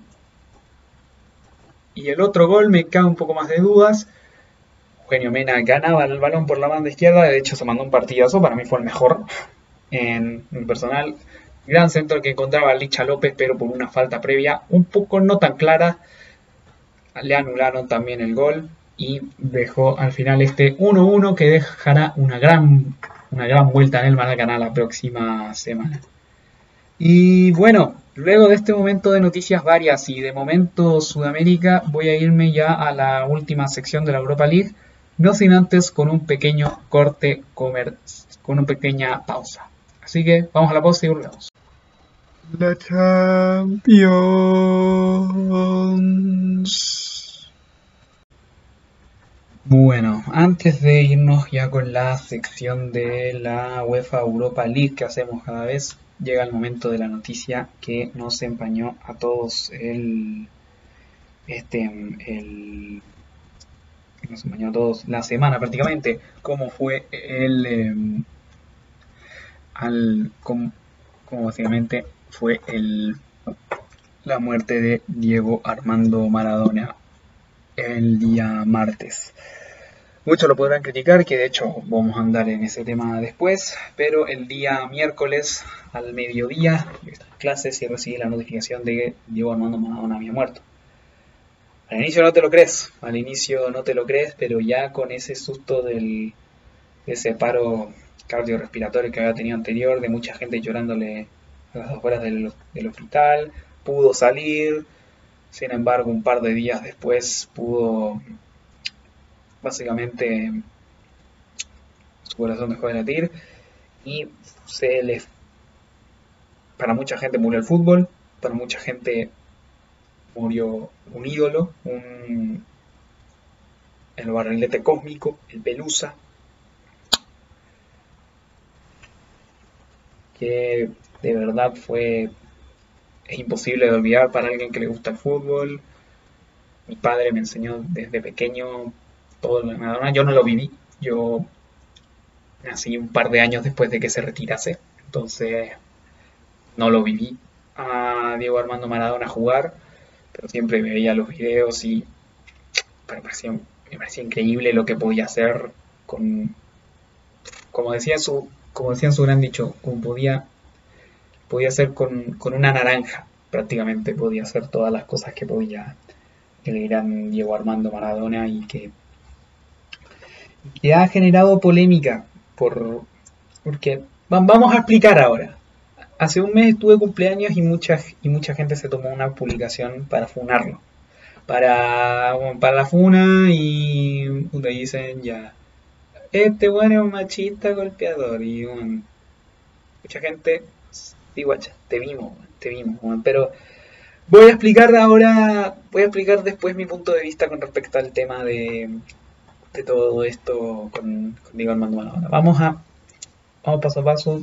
[SPEAKER 1] y el otro gol me cae un poco más de dudas. Eugenio Mena ganaba el balón por la banda izquierda, de hecho se mandó un partidazo, para mí fue el mejor en personal. Gran centro que encontraba Licha López, pero por una falta previa un poco no tan clara, le anularon también el gol y dejó al final este 1-1 que dejará una gran vuelta en el Maracaná la próxima semana. Y bueno, luego de este momento de noticias varias y de momento Sudamérica, voy a irme ya a la última sección de la Europa League, no sin antes con un pequeño corte con una pequeña pausa. Así que vamos a la pausa y volvemos. La Champions. Bueno, antes de irnos ya con la sección de la UEFA Europa League que hacemos cada vez, llega el momento de la noticia que nos empañó a todos nos empañó a todos la semana prácticamente, como fue como básicamente fue la muerte de Diego Armando Maradona el día martes. Muchos lo podrán criticar, que de hecho vamos a andar en ese tema después, pero el día miércoles al mediodía yo estaba en clases y recibí la notificación de que Diego Armando Maradona había muerto. Al inicio no te lo crees, pero ya con ese susto de ese paro cardiorrespiratorio que había tenido anterior, de mucha gente llorándole a las afueras del hospital, pudo salir. Sin embargo, un par de días después básicamente su corazón dejó de latir y para mucha gente murió el fútbol, para mucha gente murió un ídolo, el barrilete cósmico, el Pelusa, que de verdad es imposible de olvidar para alguien que le gusta el fútbol. Mi padre me enseñó desde pequeño todo lo de Maradona. Yo no lo viví, yo nací un par de años después de que se retirase, entonces no lo viví a Diego Armando Maradona jugar, pero siempre veía los videos y me parecía
[SPEAKER 2] me parecía increíble lo que podía hacer con, como decía en su gran dicho, como podía hacer con una naranja, prácticamente podía hacer todas las cosas que podía el gran Diego Armando Maradona y que ha generado polémica porque vamos a explicar ahora. Hace un mes estuve cumpleaños y mucha gente se tomó una publicación para funarlo. Para la funa y puta, dicen ya, este bueno es un machista golpeador y mucha gente, sí, guacha, te vimos, pero voy a explicar después mi punto de vista con respecto al tema de todo esto con Diego Armando Maradona. Vamos paso a paso.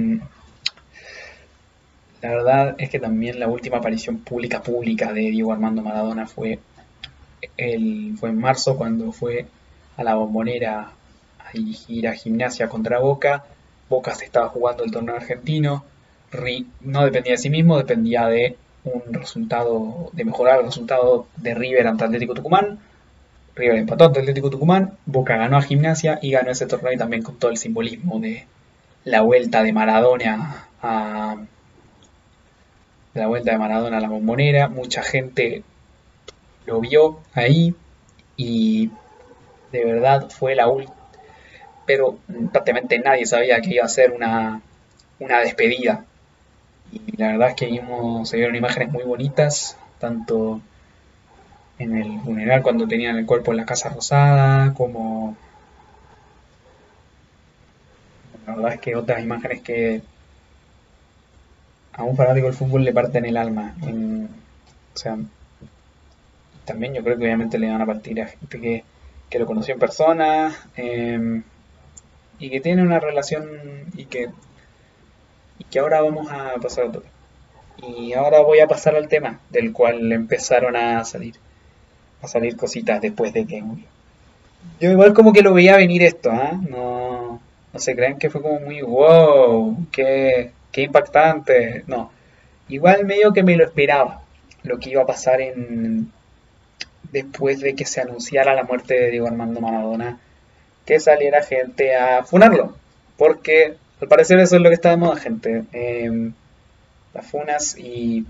[SPEAKER 2] La verdad es que también la última aparición pública de Diego Armando Maradona fue en marzo cuando fue a la Bombonera a dirigir a Gimnasia contra Boca. Boca se estaba jugando el torneo argentino. No dependía de sí mismo, dependía de mejorar el resultado de River ante Atlético Tucumán. River empató ante Atlético Tucumán, Boca ganó a Gimnasia y ganó ese torneo y también con todo el simbolismo de la vuelta de Maradona a la Bombonera. Mucha gente lo vio ahí y de verdad fue la última, pero prácticamente nadie sabía que iba a ser una despedida. Y la verdad es que se vieron imágenes muy bonitas, tanto en el funeral cuando tenían el cuerpo en la Casa Rosada, como la verdad es que otras imágenes que a un fanático del fútbol le parten el alma. O sea, también yo creo que obviamente le van a partir a gente que lo conoció en persona y que tiene una relación y que ahora vamos a pasar a otro. Y ahora voy a pasar al tema del cual empezaron a salir cositas después de que murió. Yo igual como que lo veía venir esto, ¿ah? No se crean que fue como muy wow, qué impactante. No, igual medio que me lo esperaba lo que iba a pasar después de que se anunciara la muerte de Diego Armando Maradona, que saliera gente a funarlo, porque al parecer eso es lo que está de moda, gente. Las funas y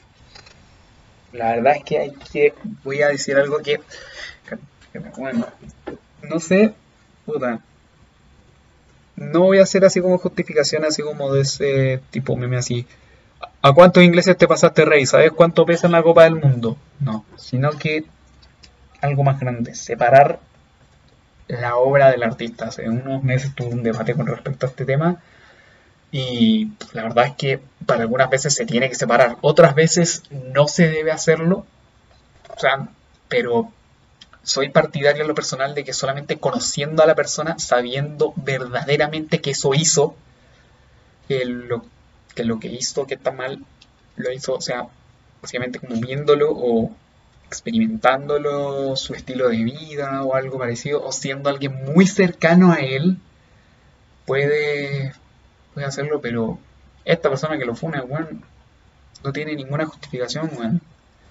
[SPEAKER 2] la verdad es que voy a decir algo bueno, no sé, puta, no voy a hacer así como justificación, así como de ese tipo meme así. ¿A cuántos ingleses te pasaste, rey? ¿Sabes cuánto pesa en la Copa del Mundo? No, sino que algo más grande, separar la obra del artista. Hace unos meses tuve un debate con respecto a este tema y la verdad es que para algunas veces se tiene que separar, otras veces no se debe hacerlo, o sea, pero soy partidario en lo personal de que solamente conociendo a la persona, sabiendo verdaderamente que eso hizo, que lo que hizo, que está mal, lo hizo, o sea, básicamente como viéndolo o experimentándolo, su estilo de vida o algo parecido, o siendo alguien muy cercano a él, puede, puede hacerlo, pero esta persona que lo funa, weón, no tiene ninguna justificación, weón.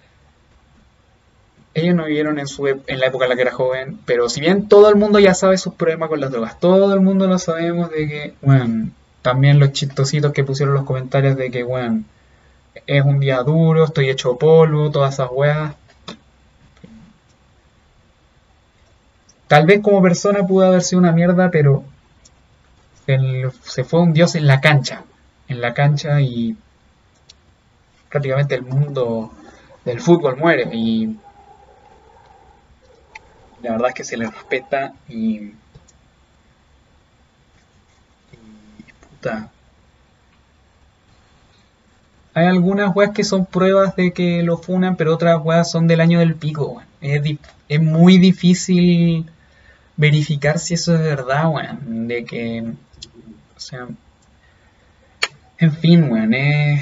[SPEAKER 2] Ellos no vivieron en la época en la que era joven, pero si bien todo el mundo ya sabe sus problemas con las drogas, todo el mundo lo sabemos de que, bueno, también los chistositos que pusieron los comentarios de que, bueno, es un día duro, estoy hecho polvo, todas esas weas. Tal vez como persona pudo haber sido una mierda, pero se fue un dios en la cancha y prácticamente el mundo del fútbol muere y la verdad es que se le respeta y puta. Hay algunas weas que son pruebas de que lo funan, pero otras weas son del año del pico, weón. Es muy difícil verificar si eso es verdad, weón. De que, o sea, en fin, weón,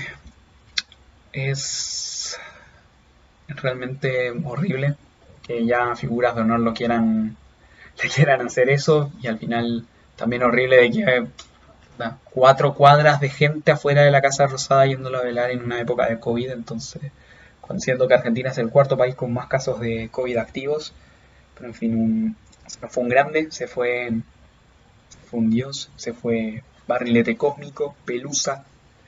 [SPEAKER 2] es realmente horrible que ya figuras de honor le quieran hacer eso y al final también horrible de que 4 cuadras de gente afuera de la Casa Rosada yéndolo a velar en una época de COVID, entonces, siendo que Argentina es el cuarto país con más casos de COVID activos, Pero en fin, fue un grande, se fue un dios, se fue barrilete cósmico, Pelusa.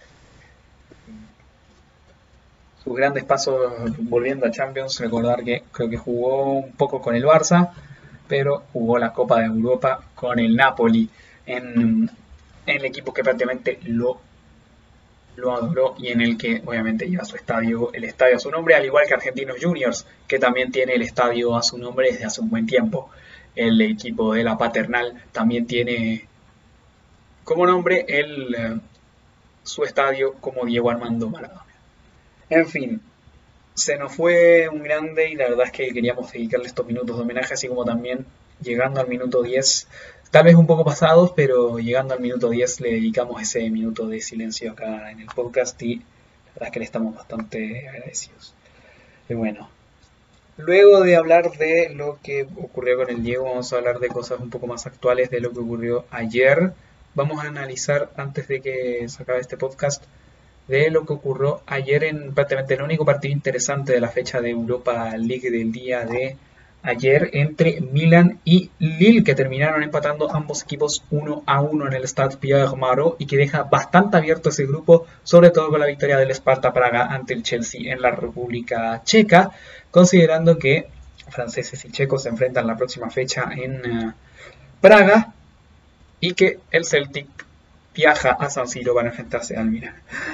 [SPEAKER 2] Sus grandes pasos volviendo a Champions, recordar que creo que jugó un poco con el Barça, pero jugó la Copa de Europa con el Napoli en el equipo que prácticamente lo adoró y en el que obviamente lleva su estadio, el estadio a su nombre, al igual que Argentinos Juniors, que también tiene el estadio a su nombre desde hace un buen tiempo. El equipo de la Paternal también tiene como nombre su estadio como Diego Armando Maradona. En fin, se nos fue un grande y la verdad es que queríamos dedicarle estos minutos de homenaje, así como también llegando al minuto 10, tal vez un poco pasados, pero llegando al minuto 10 le dedicamos ese minuto de silencio acá en el podcast y la verdad es que le estamos bastante agradecidos. Y bueno, luego de hablar de lo que ocurrió con el Diego, vamos a hablar de cosas un poco más actuales de lo que ocurrió ayer. Vamos a analizar, antes de que se acabe este podcast, de lo que ocurrió ayer en prácticamente el único partido interesante de la fecha de Europa League del día de ayer entre Milan y Lille, que terminaron empatando ambos equipos 1-1 en el Stade Pierre-Mauroy y que deja bastante abierto ese grupo, sobre todo con la victoria del Sparta Praga ante el Chelsea en la República Checa, considerando que franceses y checos se enfrentan la próxima fecha en Praga y que el Celtic viaja a San Siro para enfrentarse al Milan.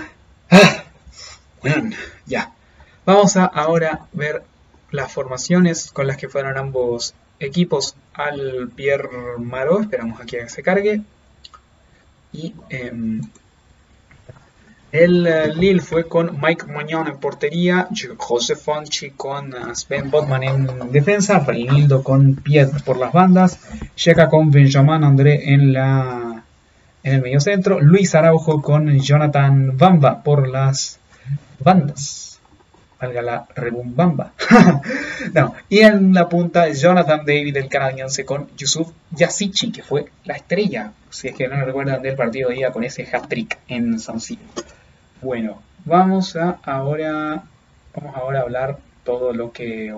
[SPEAKER 2] Bueno, ya. Vamos a ahora ver las formaciones con las que fueron ambos equipos al Pierre Maro. Esperamos a que se cargue. Y el Lille fue con Mike Maignan en portería, José Fonchi con Sven Botman en defensa, Reinildo con Pied por las bandas, Checa con Benjamin André en el medio centro, Luis Araujo con Jonathan Bamba por las bandas, valga la rebumbamba. No. Y en la punta Jonathan David, el canadiense, con Yusuf Yazici, que fue la estrella, si es que no recuerdan, del partido de ida con ese hat-trick en San Siro. Bueno, vamos ahora a hablar todo lo que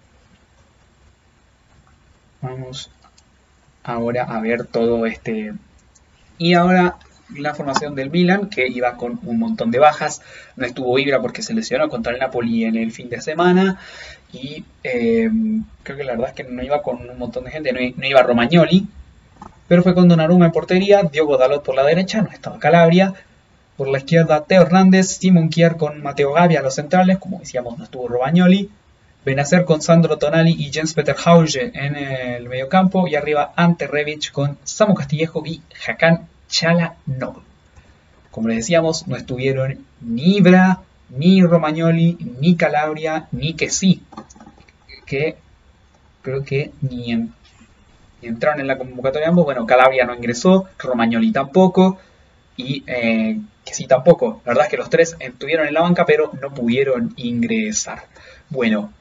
[SPEAKER 2] vamos ahora a ver todo este. Y ahora la formación del Milan, que iba con un montón de bajas. No estuvo Ibra porque se lesionó contra el Napoli en el fin de semana. Y creo que la verdad es que no iba con un montón de gente. No iba Romagnoli. Pero fue con Donnarumma en portería. Diogo Dalot por la derecha. No estaba Calabria. Por la izquierda Teo Hernández. Simon Kjær con Matteo Gavi a los centrales. Como decíamos, no estuvo Romagnoli. Benacer con Sandro Tonali y Jens Peter Hauge en el mediocampo. Y arriba Ante Rebic con Samu Castillejo y Hakan Çalhanoğlu. Como les decíamos, no estuvieron ni Ibra, ni Romagnoli, ni Calabria, ni Kessi, que creo que ni entraron en la convocatoria ambos. Bueno, Calabria no ingresó, Romagnoli tampoco y Kessi tampoco. La verdad es que los tres estuvieron en la banca, pero no pudieron ingresar. Bueno,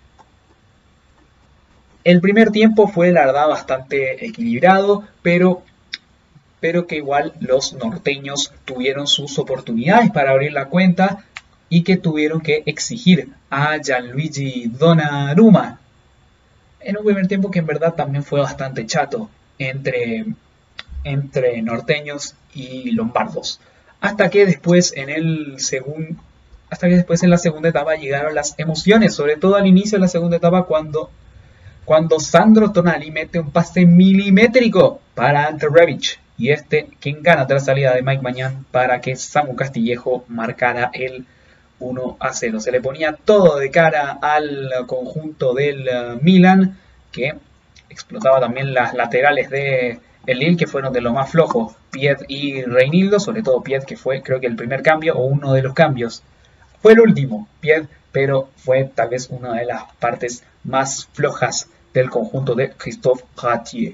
[SPEAKER 2] el primer tiempo fue la verdad bastante equilibrado, pero que igual los norteños tuvieron sus oportunidades para abrir la cuenta y que tuvieron que exigir a Gianluigi Donnarumma en un primer tiempo que en verdad también fue bastante chato entre norteños y lombardos, hasta que después en la segunda etapa llegaron las emociones, sobre todo al inicio de la segunda etapa cuando Sandro Tonali mete un pase milimétrico para Ante Rebic y quien gana tras salida de Mike Maignan para que Samu Castillejo marcara el 1-0. Se le ponía todo de cara al conjunto del Milan, que explotaba también las laterales de el Lille, que fueron de los más flojos, Pied y Reinildo, sobre todo Pied, que fue creo que el primer cambio o uno de los cambios. Fue el último, Pied, pero fue tal vez una de las partes más flojas del conjunto de Christophe Galtier.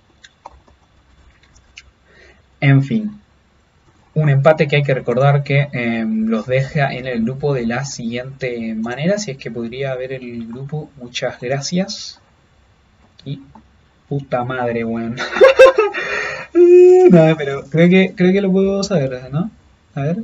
[SPEAKER 2] En fin, un empate que hay que recordar que los deja en el grupo de la siguiente manera. Si es que podría haber el grupo, muchas gracias. Y puta madre, weón. No, pero creo que lo puedo saber, ¿no? A ver.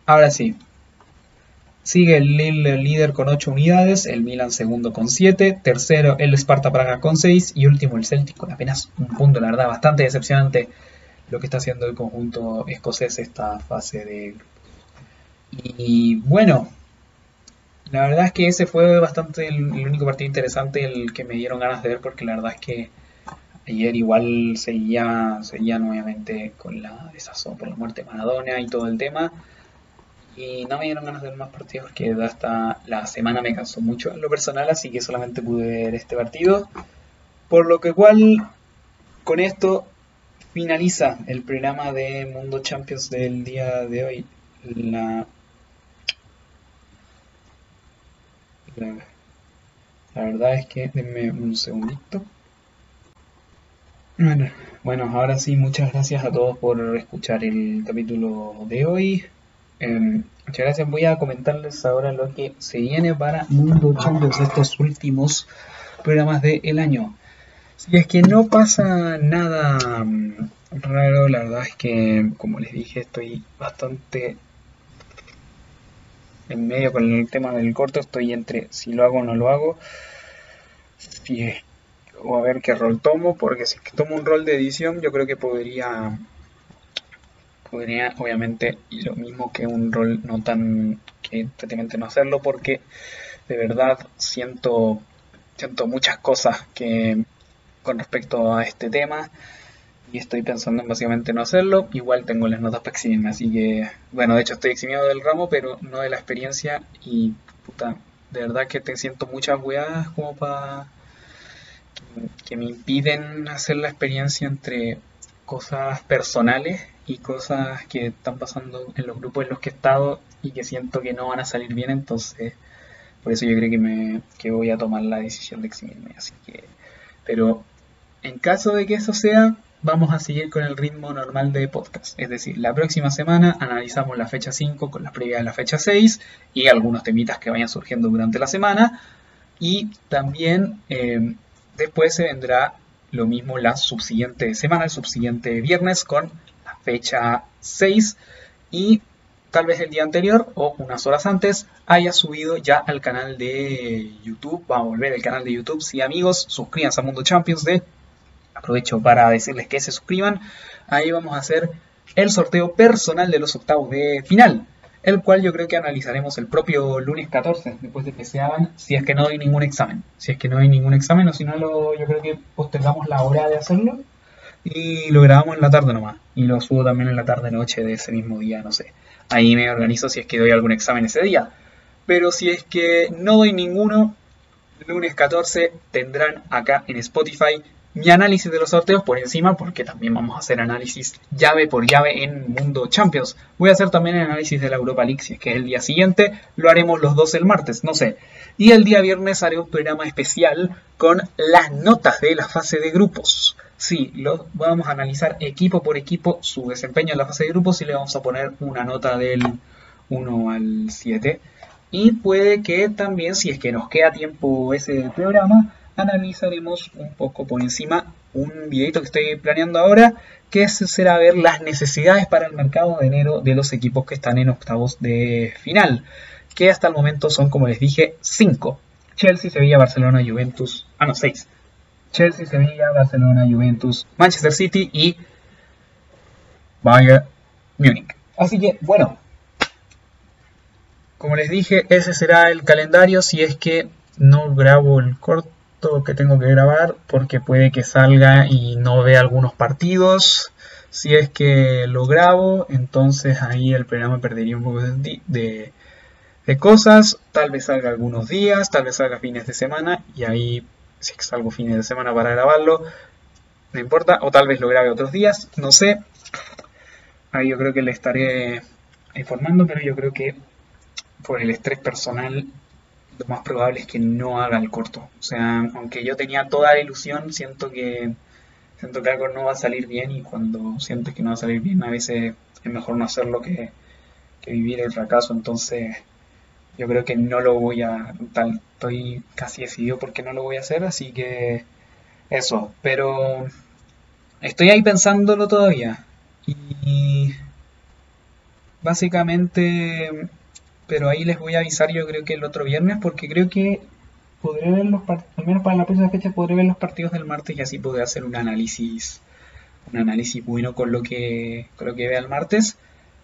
[SPEAKER 2] Ahora sí, sigue el Lille líder con 8 unidades, el Milan segundo con 7, tercero el Sparta Praga con 6 y último el Celtic con apenas un punto. La verdad, bastante decepcionante lo que está haciendo el conjunto escocés esta fase de... Y bueno, la verdad es que ese fue bastante el único partido interesante, el que me dieron ganas de ver, porque la verdad es que ayer igual seguían obviamente con la desazón por la muerte de Maradona y todo el tema. Y no me dieron ganas de ver más partidos porque hasta la semana me cansó mucho en lo personal, así que solamente pude ver este partido. Por lo que cual, con esto finaliza el programa de Mundo Champions del día de hoy. La, la, la verdad es que, denme un segundito. Bueno, bueno, ahora sí, muchas gracias a todos por escuchar el capítulo de hoy. Muchas gracias. Voy a comentarles ahora lo que se viene para Mundo Champions, estos últimos programas del año. Si es que no pasa nada raro, la verdad es que, como les dije, estoy bastante en medio con el tema del corto. Estoy entre si lo hago o no lo hago. Si es o a ver qué rol tomo, porque si es que tomo un rol de edición, yo creo que podría obviamente, y lo mismo que un rol no tan, que prácticamente no hacerlo, porque de verdad siento muchas cosas que con respecto a este tema, y estoy pensando en básicamente no hacerlo. Igual tengo las notas para eximirme, así que, bueno, de hecho estoy eximido del ramo, pero no de la experiencia, y puta, de verdad que te siento muchas weas como para que me impiden hacer la experiencia entre cosas personales y cosas que están pasando en los grupos en los que he estado y que siento que no van a salir bien. Entonces por eso yo creo que voy a tomar la decisión de eximirme, así que, pero en caso de que eso sea, vamos a seguir con el ritmo normal de podcast. Es decir, la próxima semana analizamos la fecha 5 con las previas de la fecha 6 y algunos temitas que vayan surgiendo durante la semana. Y también después se vendrá lo mismo la subsiguiente semana, el subsiguiente viernes con la fecha 6. Y tal vez el día anterior o unas horas antes haya subido ya al canal de YouTube. Va a volver el canal de YouTube. Sí, amigos, suscríbanse a Mundo Champions. Aprovecho para decirles que se suscriban. Ahí vamos a hacer el sorteo personal de los octavos de final, el cual yo creo que analizaremos el propio lunes 14, después de que se hagan, si es que no hay ningún examen. Si es que no hay ningún examen, o si no, yo creo que postergamos la hora de hacerlo y lo grabamos en la tarde nomás. Y lo subo también en la tarde-noche de ese mismo día, no sé. Ahí me organizo si es que doy algún examen ese día. Pero si es que no doy ninguno, lunes 14 tendrán acá en Spotify mi análisis de los sorteos por encima, porque también vamos a hacer análisis llave por llave en Mundo Champions. Voy a hacer también el análisis de la Europa League, si es que es el día siguiente. Lo haremos los dos el martes, no sé. Y el día viernes haré un programa especial con las notas de la fase de grupos. Sí, vamos a analizar equipo por equipo su desempeño en la fase de grupos y le vamos a poner una nota del 1 al 7. Y puede que también, si es que nos queda tiempo ese programa, analizaremos un poco por encima un videito que estoy planeando ahora, que será ver las necesidades para el mercado de enero de los equipos que están en octavos de final, que hasta el momento son, como les dije, 5. Chelsea, Sevilla, Barcelona, Juventus... 6. Chelsea, Sevilla, Barcelona, Juventus, Manchester City y Bayern Múnich. Así que, bueno, como les dije, ese será el calendario si es que no grabo el corto que tengo que grabar, porque puede que salga y no vea algunos partidos. Si es que lo grabo, entonces ahí el programa perdería un poco de cosas. Tal vez salga algunos días, tal vez salga fines de semana, y ahí si es que salgo fines de semana para grabarlo, no importa, o tal vez lo grabe otros días, no sé. Ahí yo creo que le estaré informando, pero yo creo que por el estrés personal lo más probable es que no haga el corto. O sea, aunque yo tenía toda la ilusión, siento que algo no va a salir bien, y cuando sientes que no va a salir bien, a veces es mejor no hacerlo que vivir el fracaso. Entonces yo creo que no lo voy a... Estoy casi decidido porque no lo voy a hacer, así que eso. Pero estoy ahí pensándolo todavía. Y básicamente, pero ahí les voy a avisar yo creo que el otro viernes, porque creo que podré ver al menos para la próxima fecha podré ver los partidos del martes y así podré hacer un análisis bueno con lo que vea el martes.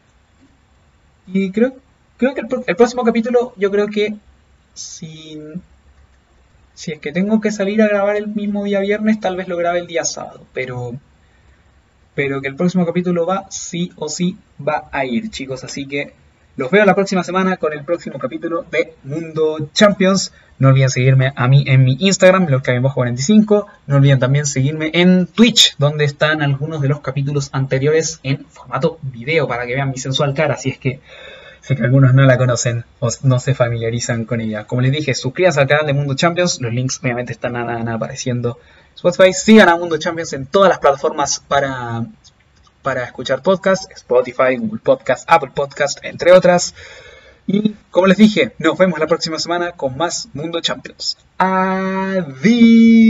[SPEAKER 2] Y creo que el próximo capítulo, yo creo que si, si es que tengo que salir a grabar el mismo día viernes, tal vez lo grabe el día sábado, pero que el próximo capítulo va, sí o sí va a ir, chicos. Así que los veo la próxima semana con el próximo capítulo de Mundo Champions. No olviden seguirme a mí en mi Instagram, LosCabembajo45. No olviden también seguirme en Twitch, donde están algunos de los capítulos anteriores en formato video para que vean mi sensual cara. Si es que sé que algunos no la conocen o no se familiarizan con ella. Como les dije, suscríbanse al canal de Mundo Champions. Los links obviamente están apareciendo en Spotify. Sigan a Mundo Champions en todas las plataformas para escuchar podcasts. Spotify, Google Podcast, Apple Podcast, entre otras. Y como les dije, nos vemos la próxima semana con más Mundo Champions. Adiós.